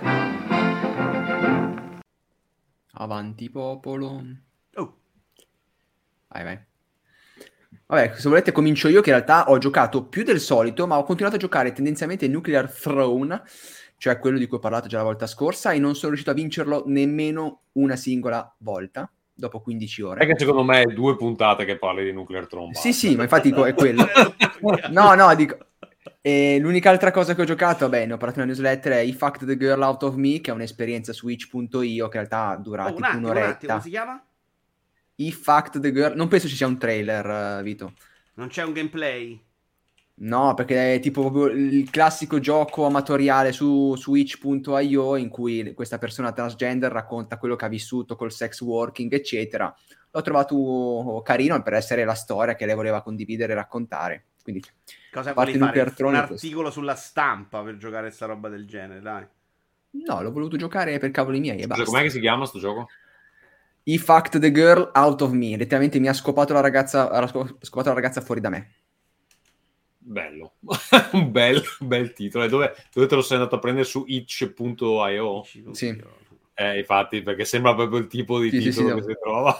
Avanti popolo. Oh, Vai. Vabbè, se volete comincio io, che in realtà ho giocato più del solito, ma ho continuato a giocare tendenzialmente Nuclear Throne, cioè quello di cui ho parlato già la volta scorsa, e non sono riuscito a vincerlo nemmeno una singola volta, dopo 15 ore. Perché secondo me è 2 puntate che parli di Nuclear Throne. Sì, ma infatti è quello. No, dico... E l'unica altra cosa che ho giocato, vabbè, ne ho parlato nella newsletter, è I Fucked the Girl Out of Me, che è un'esperienza su itch.io che in realtà dura tipo un attimo, un'oretta. come si chiama? I Fucked the Girl... Non penso ci sia un trailer, Vito. Non c'è un gameplay? No, perché è tipo proprio il classico gioco amatoriale su itch.io in cui questa persona transgender racconta quello che ha vissuto col sex working, eccetera. L'ho trovato carino per essere la storia che lei voleva condividere e raccontare. Quindi... Cosa a parte volevi fare? Nuclear Throne Un è questo. articolo sulla stampa per giocare sta roba del genere, dai. No, l'ho voluto giocare per cavoli miei e Scusa, basta. com'è che si chiama sto gioco? He fucked the girl out of me. Letteralmente mi ha scopato la ragazza fuori da me. Bello. Un bel titolo. E dove te lo sei andato a prendere? Su itch.io? Sì. Infatti, perché sembra proprio il tipo di Sì, titolo che si trova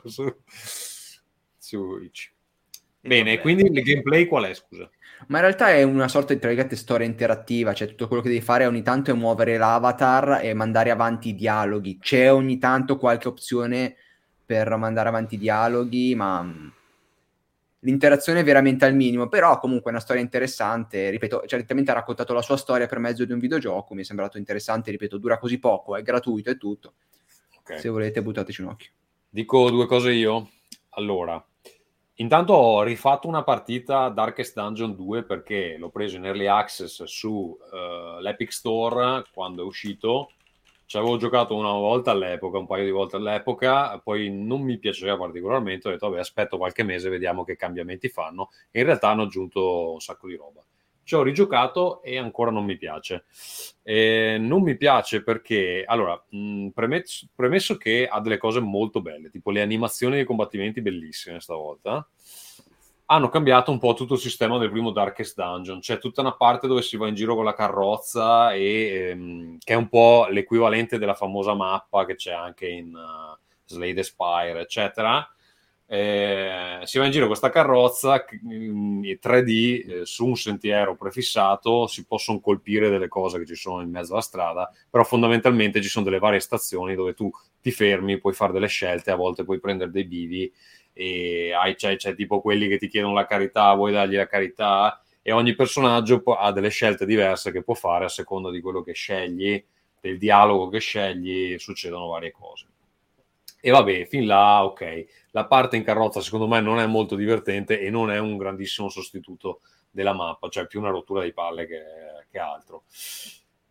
su itch. Bene, quindi il gameplay qual è, scusa? Ma in realtà è una sorta di, tra virgolette, storia interattiva, cioè tutto quello che devi fare ogni tanto è muovere l'avatar e mandare avanti i dialoghi. C'è ogni tanto qualche opzione per mandare avanti i dialoghi, ma l'interazione è veramente al minimo, però comunque è una storia interessante, ripeto, certamente ha raccontato la sua storia per mezzo di un videogioco, mi è sembrato interessante, ripeto, dura così poco, è gratuito e tutto. Okay. Se volete buttateci un occhio. Dico 2 cose io. Allora, intanto ho rifatto una partita Darkest Dungeon 2 perché l'ho preso in early access su l'Epic Store quando è uscito. Ci avevo giocato una volta all'epoca, un paio di volte all'epoca, poi non mi piaceva particolarmente, ho detto vabbè aspetto qualche mese, vediamo che cambiamenti fanno, e in realtà hanno aggiunto un sacco di roba. Ci ho rigiocato e ancora non mi piace. Non mi piace perché, allora, premesso che ha delle cose molto belle, tipo le animazioni dei combattimenti bellissime stavolta, hanno cambiato un po' tutto il sistema del primo Darkest Dungeon. C'è tutta una parte dove si va in giro con la carrozza e che è un po' l'equivalente della famosa mappa che c'è anche in Slay the Spire, eccetera. Si va in giro con questa carrozza in 3D su un sentiero prefissato, si possono colpire delle cose che ci sono in mezzo alla strada, però fondamentalmente ci sono delle varie stazioni dove tu ti fermi, puoi fare delle scelte, a volte puoi prendere dei bivi e c'è tipo quelli che ti chiedono la carità, vuoi dargli la carità, e ogni personaggio ha delle scelte diverse che può fare a seconda di quello che scegli, del dialogo che scegli, succedono varie cose. E vabbè, fin là ok, la parte in carrozza secondo me non è molto divertente e non è un grandissimo sostituto della mappa, cioè più una rottura di palle che altro.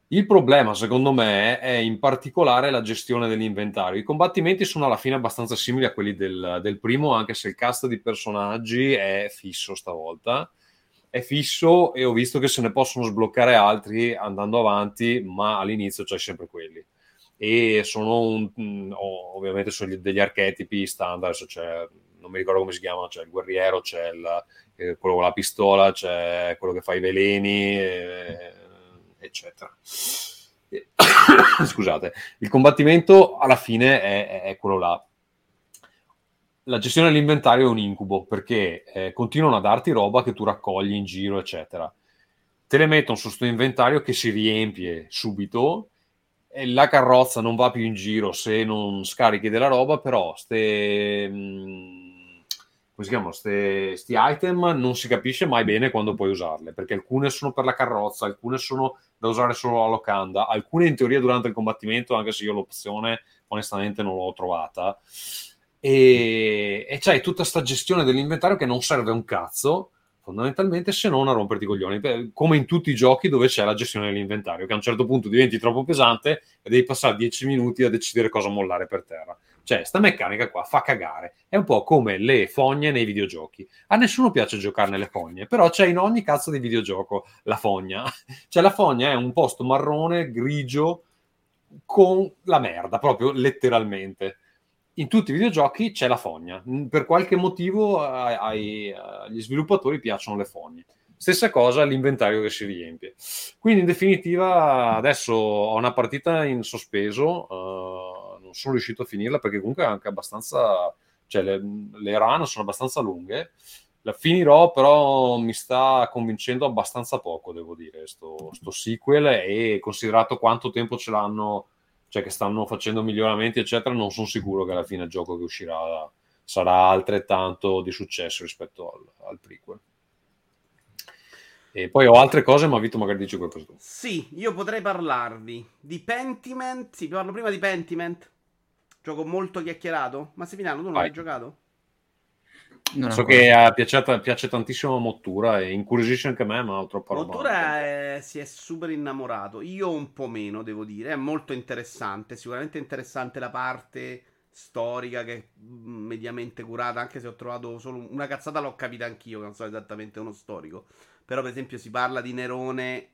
Il problema, secondo me, è in particolare la gestione dell'inventario. I combattimenti sono alla fine abbastanza simili a quelli del primo, anche se il cast di personaggi è fisso stavolta. È fisso e ho visto che se ne possono sbloccare altri andando avanti, ma all'inizio c'è sempre quelli. E sono ovviamente sono degli archetipi standard, cioè, non mi ricordo come si chiamano, c'è il guerriero, c'è quello con la pistola, c'è quello che fa i veleni, eccetera. Scusate, il combattimento alla fine è quello là. La gestione dell'inventario è un incubo, perché continuano a darti roba che tu raccogli in giro, eccetera. Te le mettono su questo inventario che si riempie subito e la carrozza non va più in giro se non scarichi della roba, però come si chiamano? Sti item non si capisce mai bene quando puoi usarle, perché alcune sono per la carrozza, alcune sono da usare solo alla locanda, alcune in teoria durante il combattimento, anche se io l'opzione onestamente non l'ho trovata. E c'hai tutta sta gestione dell'inventario che non serve un cazzo fondamentalmente, se non a romperti i coglioni, come in tutti i giochi dove c'è la gestione dell'inventario, che a un certo punto diventi troppo pesante e devi passare 10 minuti a decidere cosa mollare per terra. Cioè, sta meccanica qua fa cagare. È un po' come le fogne nei videogiochi. A nessuno piace giocare nelle fogne, però c'è in ogni cazzo di videogioco la fogna. Cioè, la fogna è un posto marrone, grigio, con la merda, proprio letteralmente. In tutti i videogiochi c'è la fogna. Per qualche motivo agli sviluppatori piacciono le fogne. Stessa cosa l'inventario che si riempie. Quindi in definitiva adesso ho una partita in sospeso, non sono riuscito a finirla perché comunque è anche abbastanza, cioè le run sono abbastanza lunghe. La finirò, però mi sta convincendo abbastanza poco, devo dire, sto sequel, e considerato quanto tempo ce l'hanno, cioè che stanno facendo miglioramenti eccetera, non sono sicuro che alla fine il gioco che uscirà sarà altrettanto di successo rispetto al prequel. E poi ho altre cose, ma Vito magari dice qualcosa tu. Sì, io potrei parlarvi di Pentiment. Sì, parlo prima di Pentiment, gioco molto chiacchierato. Massimiliano, tu non hai giocato? Non so ancora. Che piace tantissimo Mottura e incuriosisce anche me, ma ho troppa roba. Mottura si è super innamorato. Io un po' meno, devo dire. È molto interessante. Sicuramente interessante la parte storica, che è mediamente curata. Anche se ho trovato solo una cazzata, l'ho capita anch'io, che non so esattamente uno storico. Però, per esempio, si parla di Nerone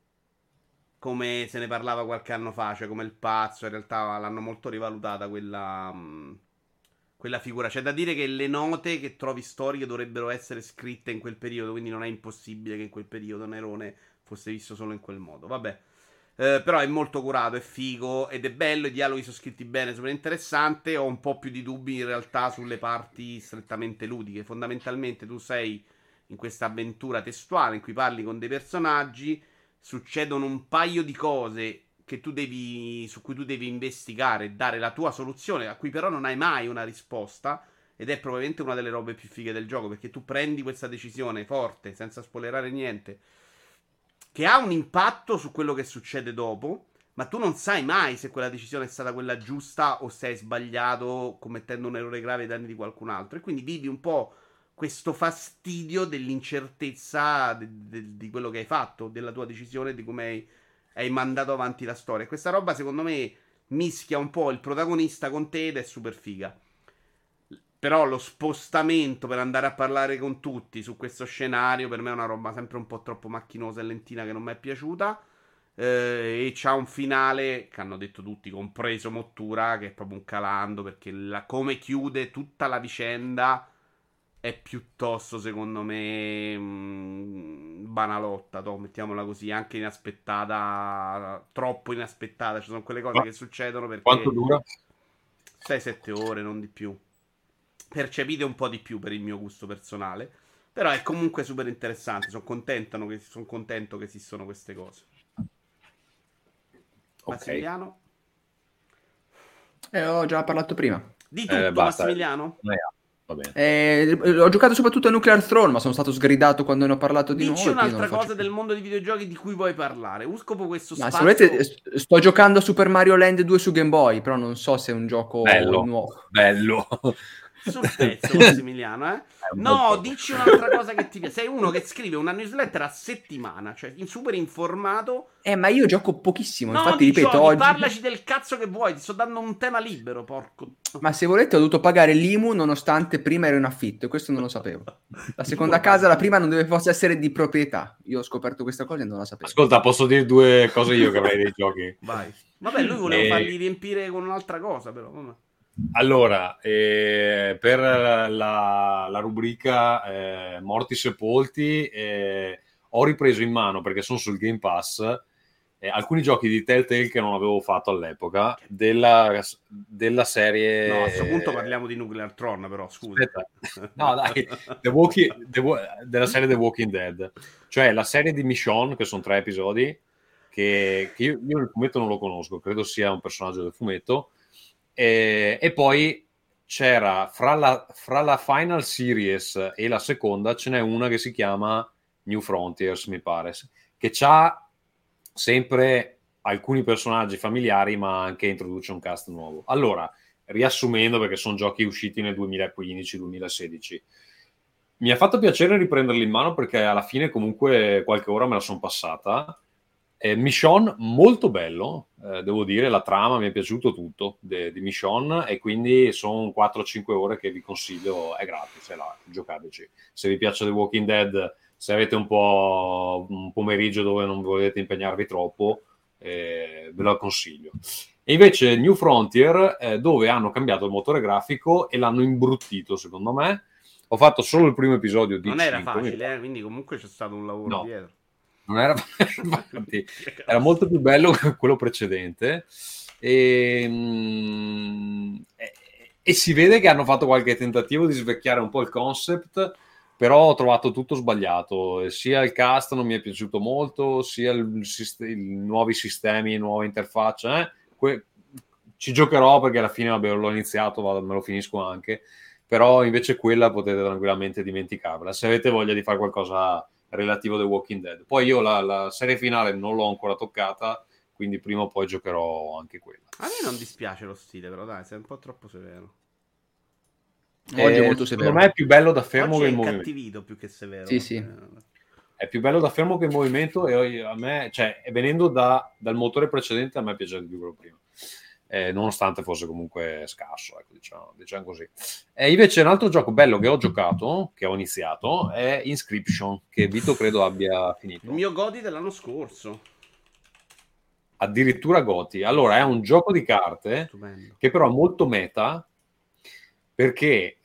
come se ne parlava qualche anno fa, cioè come il pazzo. In realtà l'hanno molto rivalutata quella figura. C'è da dire che le note che trovi storiche dovrebbero essere scritte in quel periodo, quindi non è impossibile che in quel periodo Nerone fosse visto solo in quel modo. Vabbè. Però è molto curato, è figo ed è bello, i dialoghi sono scritti bene, super interessante. Ho un po' più di dubbi in realtà sulle parti strettamente ludiche. Fondamentalmente tu sei in questa avventura testuale in cui parli con dei personaggi, succedono un paio di cose su cui tu devi investigare e dare la tua soluzione, a cui però non hai mai una risposta, ed è probabilmente una delle robe più fighe del gioco, perché tu prendi questa decisione forte, senza spoilerare niente, che ha un impatto su quello che succede dopo, ma tu non sai mai se quella decisione è stata quella giusta o se hai sbagliato commettendo un errore grave ai danni di qualcun altro, e quindi vivi un po' questo fastidio dell'incertezza di quello che hai fatto, della tua decisione, di come hai mandato avanti la storia. Questa roba secondo me mischia un po' il protagonista con te ed è super figa. Però lo spostamento per andare a parlare con tutti su questo scenario per me è una roba sempre un po' troppo macchinosa e lentina, che non mi è piaciuta. E c'ha un finale che hanno detto tutti, compreso Mottura, che è proprio un calando, perché come chiude tutta la vicenda è piuttosto, secondo me, banalotta, mettiamola così, anche inaspettata, troppo inaspettata. Ci sono quelle cose che succedono perché... Quanto dura? 6-7 ore, non di più. Percepite un po' di più per il mio gusto personale, però è comunque super interessante. Sono contento che esistono queste cose. Massimiliano? Ho già parlato prima. Di tutto, Massimiliano? Va bene. Ho giocato soprattutto a Nuclear Throne, ma sono stato sgridato quando ne ho parlato di nuovo. Dici un'altra cosa del mondo dei videogiochi di cui vuoi parlare. Uscopo questo spazio. Ma se volete, sto giocando a Super Mario Land 2 su Game Boy, però non so se è un gioco nuovo. Bello. sul pezzo, Massimiliano, eh? No, dici un'altra cosa che ti piace. Sei uno che scrive una newsletter a settimana, cioè in super informato. Ma io gioco pochissimo, No, infatti di ripeto, giochi, oggi... parlaci del cazzo che vuoi, ti sto dando un tema libero, porco. Ma se volete ho dovuto pagare l'IMU nonostante prima ero in affitto, e questo non lo sapevo. La seconda casa, la prima non deve forse essere di proprietà. Io ho scoperto questa cosa e non la sapevo. Ascolta, posso dire due cose io che avrei dei giochi? Vai. Vabbè, lui voleva fargli riempire con un'altra cosa, però. Vabbè. Allora, per la rubrica Morti Sepolti, ho ripreso in mano, perché sono sul Game Pass, alcuni giochi di Telltale che non avevo fatto all'epoca, della serie... No, a questo punto parliamo di Nuclear Throne, però, scusa. Aspetta. No, dai, della serie The Walking Dead. Cioè, la serie di Michonne, che sono 3 episodi, che io il fumetto non lo conosco, credo sia un personaggio del fumetto, e poi c'era fra la Final Series e la seconda ce n'è una che si chiama New Frontiers, mi pare, che c'ha sempre alcuni personaggi familiari ma anche introduce un cast nuovo. Allora, riassumendo, perché sono giochi usciti nel 2015-2016, mi ha fatto piacere riprenderli in mano perché alla fine comunque qualche ora me la sono passata. Michonne molto bello, devo dire, la trama mi è piaciuto tutto di Michonne, e quindi sono 4-5 ore che vi consiglio, è gratis, è là, giocateci. Se vi piace The Walking Dead, se avete un pomeriggio dove non volete impegnarvi troppo, ve lo consiglio. E invece New Frontier, dove hanno cambiato il motore grafico e l'hanno imbruttito, secondo me. Ho fatto solo il primo episodio di non era 5, facile, quindi comunque c'è stato un lavoro dietro. Non era, infatti, era molto più bello quello precedente, e si vede che hanno fatto qualche tentativo di svecchiare un po' il concept, però ho trovato tutto sbagliato. Sia il cast non mi è piaciuto molto, sia i nuovi sistemi, nuova interfaccia. Ci giocherò perché alla fine l'ho iniziato, me lo finisco anche, però invece quella potete tranquillamente dimenticarla se avete voglia di fare qualcosa relativo a The Walking Dead. Poi io la serie finale non l'ho ancora toccata, quindi prima o poi giocherò anche quella. A me non dispiace lo stile, però dai, sei un po' troppo severo. Oggi è molto severo. Secondo me è più bello da fermo che in movimento. Oggi è incattivito più che severo. Sì. È più bello da fermo che in movimento, e a me, cioè, venendo dal motore precedente, a me piace di più quello prima. Nonostante fosse comunque scarso, ecco, diciamo così. Invece un altro gioco bello che ho giocato, che ho iniziato, è Inscription, che Vito credo abbia finito. Il mio Goti dell'anno scorso. Addirittura Goti. Allora, è un gioco di carte Stupendo. che però è molto meta, perché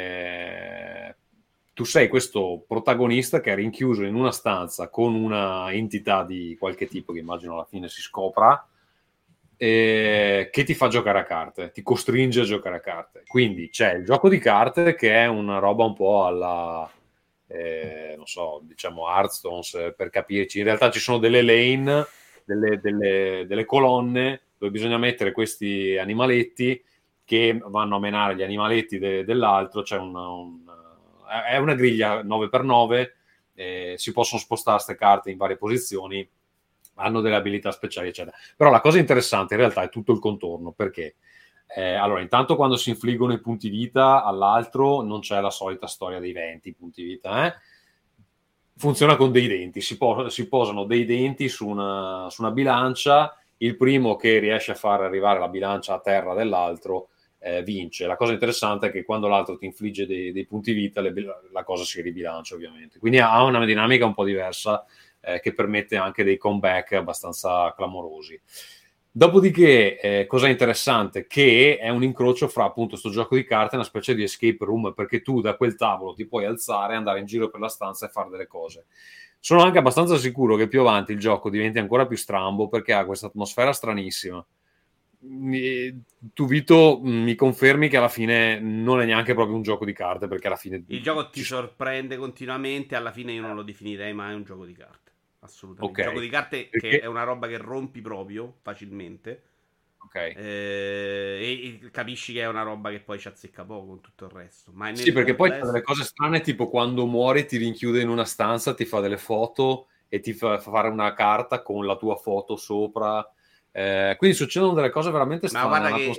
tu sei questo protagonista che è rinchiuso in una stanza con una entità di qualche tipo, che immagino alla fine si scopra, che ti fa giocare a carte, ti costringe a giocare a carte. Quindi c'è il gioco di carte, che è una roba un po' alla non so, diciamo Hearthstone, per capirci. In realtà ci sono delle lane, delle colonne dove bisogna mettere questi animaletti che vanno a menare gli animaletti dell'altro. C'è è una griglia 9x9, si possono spostare queste carte in varie posizioni, hanno delle abilità speciali, eccetera. Però la cosa interessante in realtà è tutto il contorno, perché allora, intanto quando si infliggono i punti vita all'altro non c'è la solita storia dei 20 punti vita, funziona con dei denti, si posano dei denti su una bilancia, il primo che riesce a far arrivare la bilancia a terra dell'altro vince. La cosa interessante è che quando l'altro ti infligge dei punti vita, la cosa si ribilancia, ovviamente. Quindi ha una dinamica un po' diversa, che permette anche dei comeback abbastanza clamorosi. Dopodiché, cosa interessante, che è un incrocio fra appunto sto gioco di carte e una specie di escape room, perché tu da quel tavolo ti puoi alzare, andare in giro per la stanza e fare delle cose. Sono anche abbastanza sicuro che più avanti il gioco diventi ancora più strambo, perché ha questa atmosfera stranissima. Tu, Vito, mi confermi che alla fine non è neanche proprio un gioco di carte, perché alla fine il gioco ti sorprende continuamente, alla fine io non lo definirei mai un gioco di carte. Assolutamente. Okay. Un gioco di carte Perché... che è una roba che rompi proprio facilmente. Ok. E capisci che è una roba che poi ci azzecca poco con tutto il resto. Ma sì, perché poi c'è delle cose strane, tipo quando muori ti rinchiude in una stanza, ti fa delle foto e ti fa fare una carta con la tua foto sopra. Quindi succedono delle cose veramente strane. Ma guarda che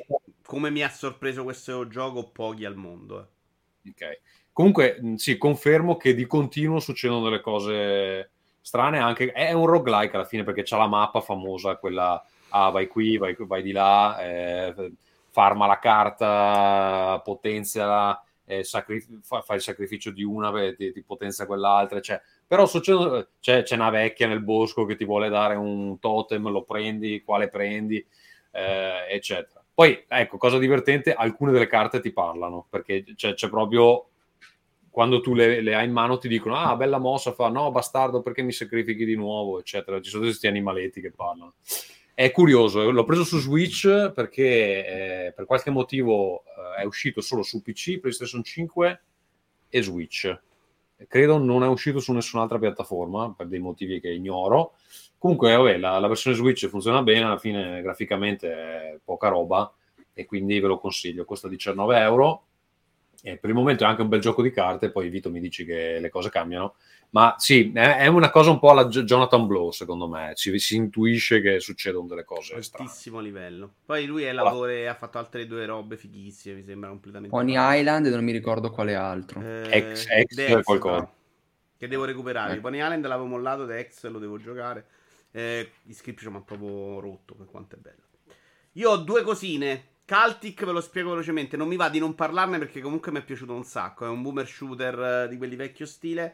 come mi ha sorpreso questo gioco, pochi al mondo. Ok. Comunque, sì, confermo che di continuo succedono delle cose strane, anche è un roguelike alla fine, perché c'ha la mappa famosa, quella, vai qui, vai di là, farma la carta, potenziala, fai il sacrificio di una, ti potenzia quell'altra, cioè, però c'è una vecchia nel bosco che ti vuole dare un totem, lo prendi, quale prendi, eccetera. Poi, ecco, cosa divertente, alcune delle carte ti parlano, perché c'è proprio... Quando tu le hai in mano ti dicono bella mossa, fa no bastardo perché mi sacrifichi di nuovo, eccetera. Ci sono questi animaletti che parlano. È curioso, l'ho preso su Switch perché per qualche motivo è uscito solo su PC, PlayStation 5 e Switch. Credo non è uscito su nessun'altra piattaforma per dei motivi che ignoro. Comunque vabbè, la versione Switch funziona bene, alla fine graficamente è poca roba e quindi ve lo consiglio, costa 19€. Per il momento è anche un bel gioco di carte, poi Vito mi dici che le cose cambiano, ma sì, è una cosa un po' alla Jonathan Blow, secondo me, si intuisce che succedono delle cose altissimo livello. Poi lui ha fatto altre 2 robe fighissime, mi sembra completamente Pony Island e non mi ricordo quale altro. X qualcosa che devo recuperare. Pony Island l'avevo mollato, The X lo devo giocare. Gli Scripture mi ha proprio rotto per quanto è bello. Io ho 2 cosine. Cultic ve lo spiego velocemente, non mi va di non parlarne perché comunque mi è piaciuto un sacco, è un boomer shooter di quelli vecchio stile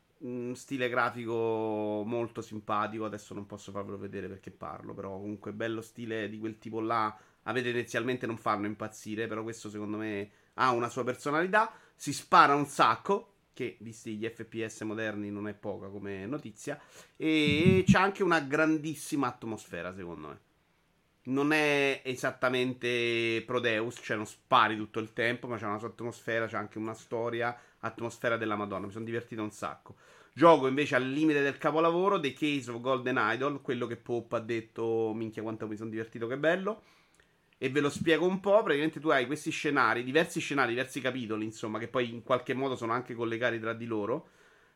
grafico molto simpatico, adesso non posso farvelo vedere perché parlo, però comunque bello stile di quel tipo là, a vedere inizialmente non fanno impazzire, però questo secondo me ha una sua personalità, si spara un sacco, che visti gli FPS moderni non è poca come notizia, e c'ha anche una grandissima atmosfera secondo me. Non è esattamente Prodeus, cioè non spari tutto il tempo, ma c'è una sua atmosfera, c'è anche una storia, atmosfera della Madonna, mi sono divertito un sacco. Gioco invece al limite del capolavoro, The Case of Golden Idol, quello che Pop ha detto, minchia quanto mi sono divertito, che bello. E ve lo spiego un po', praticamente tu hai questi scenari, diversi capitoli, insomma, che poi in qualche modo sono anche collegati tra di loro,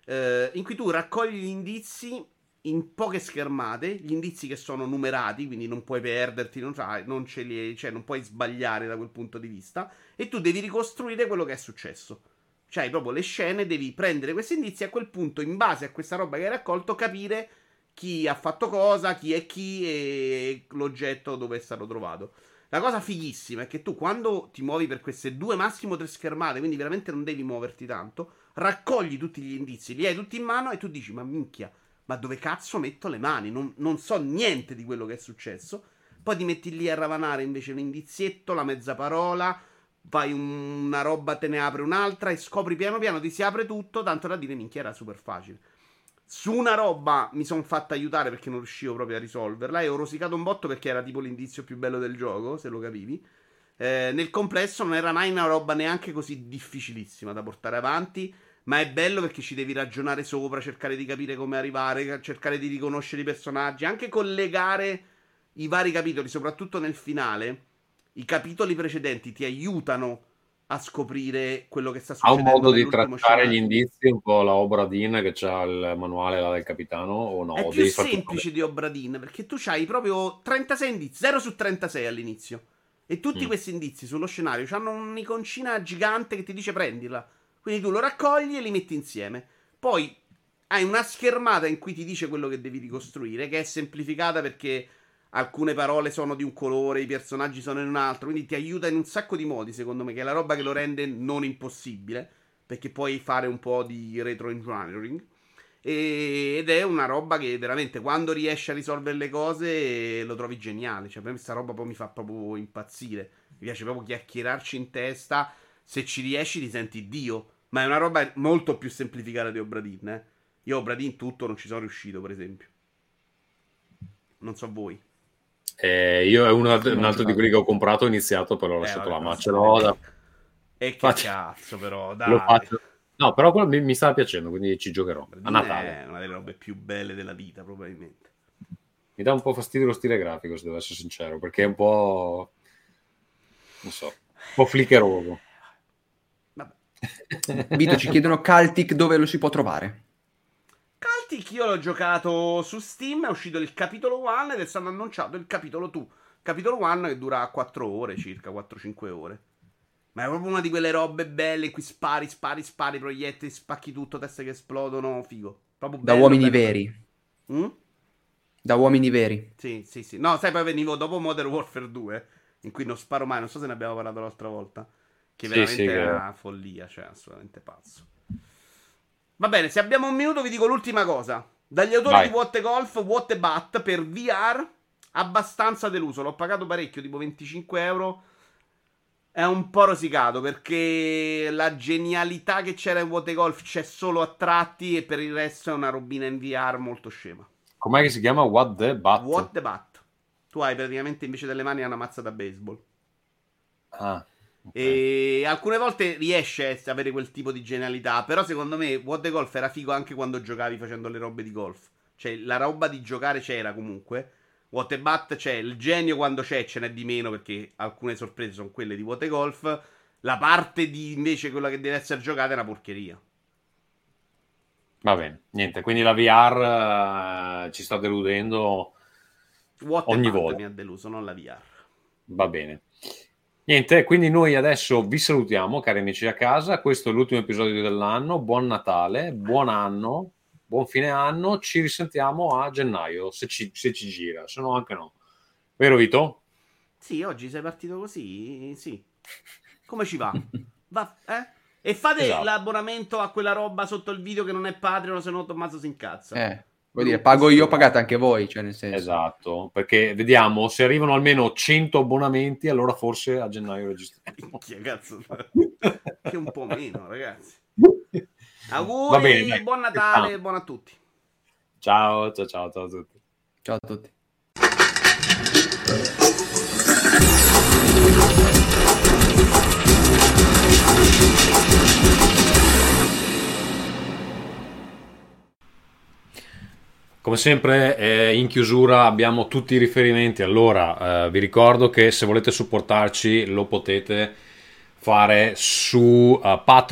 in cui tu raccogli gli indizi in poche schermate, gli indizi che sono numerati, quindi non puoi perderti, non ce li, cioè non puoi sbagliare da quel punto di vista, e tu devi ricostruire quello che è successo. Cioè hai proprio le scene, devi prendere questi indizi e a quel punto, in base a questa roba che hai raccolto, capire chi ha fatto cosa, chi è chi e l'oggetto dove è stato trovato. La cosa fighissima è che tu quando ti muovi per queste 2 massimo 3 schermate, quindi veramente non devi muoverti tanto, raccogli tutti gli indizi, li hai tutti in mano e tu dici ma minchia, ma dove cazzo metto le mani? Non so niente di quello che è successo. Poi ti metti lì a ravanare invece un indizietto, la mezza parola, fai una roba, te ne apre un'altra e scopri piano piano, ti si apre tutto, tanto da dire minchia era super facile. Su una roba mi sono fatta aiutare perché non riuscivo proprio a risolverla e ho rosicato un botto perché era tipo l'indizio più bello del gioco, se lo capivi. Nel complesso non era mai una roba neanche così difficilissima da portare avanti, ma è bello perché ci devi ragionare sopra, cercare di capire come arrivare, cercare di riconoscere i personaggi, anche collegare i vari capitoli, soprattutto nel finale. I capitoli precedenti ti aiutano a scoprire quello che sta succedendo. Ha un modo di trattare gli indizi, un po' la Obra Dinn che c'ha il manuale là del capitano, o no? È più semplice di Obra Dinn perché tu c'hai proprio 36 indizi, 0 su 36 all'inizio. E tutti questi indizi sullo scenario hanno un'iconcina gigante che ti dice prendila. Quindi tu lo raccogli e li metti insieme. Poi hai una schermata in cui ti dice quello che devi ricostruire, che è semplificata perché alcune parole sono di un colore, i personaggi sono in un altro, quindi ti aiuta in un sacco di modi, secondo me, che è la roba che lo rende non impossibile, perché puoi fare un po' di retro-engineering. Ed è una roba che veramente, quando riesci a risolvere le cose, lo trovi geniale. Cioè, per me questa roba poi mi fa proprio impazzire. Mi piace proprio chiacchierarci in testa. Se ci riesci ti senti Dio. Ma è una roba molto più semplificata di Obra Dinn, Io Obra Dinn tutto non ci sono riuscito, per esempio. Non so voi. Io è un altro di quelli che ho comprato, ho iniziato, poi l'ho lasciato là, ma ce l'ho da... E che cazzo però, dai. Lo faccio. No, però quello mi sta piacendo, quindi ci giocherò a Natale. È una delle robe più belle della vita, probabilmente. Mi dà un po' fastidio lo stile grafico, se devo essere sincero, perché è un po'... non so, un po' flickeroso. Vito, ci chiedono Cultic dove lo si può trovare. Cultic io l'ho giocato su Steam, è uscito il capitolo 1 ed è stato annunciato il capitolo 2. Capitol 1 che dura 4 ore circa, 4-5 ore. Ma è proprio una di quelle robe belle in cui spari, proiettili, spacchi tutto, teste che esplodono, figo. Proprio Da bello, uomini bello, veri. bello. Mm? Da uomini veri. Sì. No, sai, poi venivo dopo Modern Warfare 2, in cui non sparo mai, non so se ne abbiamo parlato l'altra volta. Che veramente è una follia, cioè assolutamente pazzo. Va bene, se abbiamo un minuto vi dico l'ultima cosa. Dagli autori di What the Golf, What the Bat per VR, abbastanza deluso. L'ho pagato parecchio, tipo 25 euro. È un po' rosicato perché la genialità che c'era in What the Golf c'è solo a tratti e per il resto è una robina in VR molto scema. Com'è che si chiama? What the Bat? What the Bat. Tu hai praticamente invece delle mani una mazza da baseball. Ah. Okay. E alcune volte riesce a avere quel tipo di genialità. Però secondo me What the Golf era figo anche quando giocavi facendo le robe di golf. Cioè la roba di giocare c'era comunque. What the Bat c'è, il genio quando c'è ce n'è di meno perché alcune sorprese sono quelle di What the Golf. La parte di invece quella che deve essere giocata è una porcheria. Va bene, niente, quindi la VR ci sta deludendo ogni volta. Mi ha deluso, non la VR. Va bene. Niente, quindi noi adesso vi salutiamo, cari amici a casa. Questo è l'ultimo episodio dell'anno. Buon Natale, buon anno, buon fine anno. Ci risentiamo a gennaio, se ci gira, se no anche no. Vero Vito? Sì, oggi sei partito così, sì. Come ci va? Va, E fate l'abbonamento a quella roba sotto il video che non è Patreon, se no Tommaso si incazza. Vuol dire, pago io, pagate anche voi, cioè nel senso. Esatto, perché vediamo, se arrivano almeno 100 abbonamenti, allora forse a gennaio registriamo. Cazzo, che un po' meno, ragazzi. Auguri, Va bene, dai. Buon Natale, buon a tutti. Ciao a tutti. Ciao a tutti. Come sempre in chiusura abbiamo tutti i riferimenti. Allora vi ricordo che se volete supportarci lo potete fare su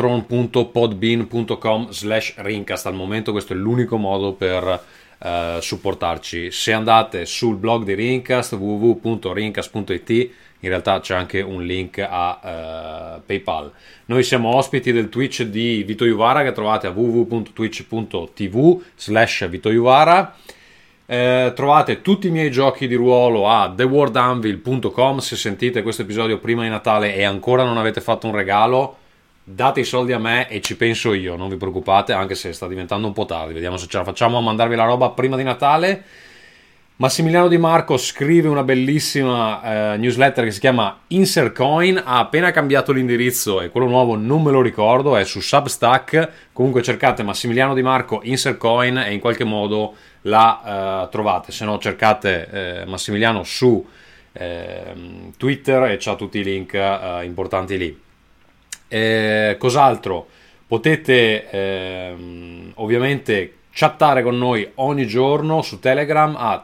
patron.podbean.com/rincast. Al momento questo è l'unico modo per supportarci. Se andate sul blog di Rincast, www.rincast.it, in realtà c'è anche un link a PayPal. Noi siamo ospiti del Twitch di Vito Juvara, che trovate a www.twitch.tv/Vito Juvara. Trovate tutti i miei giochi di ruolo a theworldanvil.com. Se sentite questo episodio prima di Natale e ancora non avete fatto un regalo, date i soldi a me e ci penso io, non vi preoccupate, anche se sta diventando un po' tardi. Vediamo se ce la facciamo a mandarvi la roba prima di Natale. Massimiliano Di Marco scrive una bellissima newsletter che si chiama Insert Coin. Ha appena cambiato l'indirizzo e quello nuovo non me lo ricordo, è su Substack. Comunque cercate Massimiliano Di Marco Insert Coin e in qualche modo la trovate. Se no cercate Massimiliano su Twitter e c'ha tutti i link importanti lì. Cos'altro? Potete ovviamente chattare con noi ogni giorno su Telegram a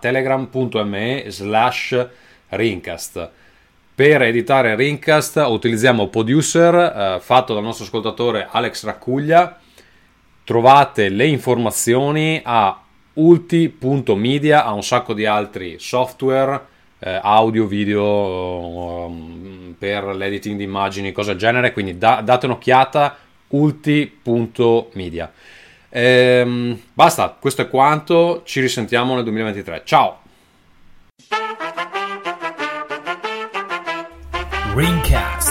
telegram.me/Rincast. Per editare Rincast utilizziamo Producer fatto dal nostro ascoltatore Alex Raccuglia. Trovate le informazioni a ulti.media, ha un sacco di altri software audio, video per l'editing di immagini, cose del genere, quindi date un'occhiata, ulti.media. Basta, questo è quanto, ci risentiamo nel 2023, ciao. Rincast.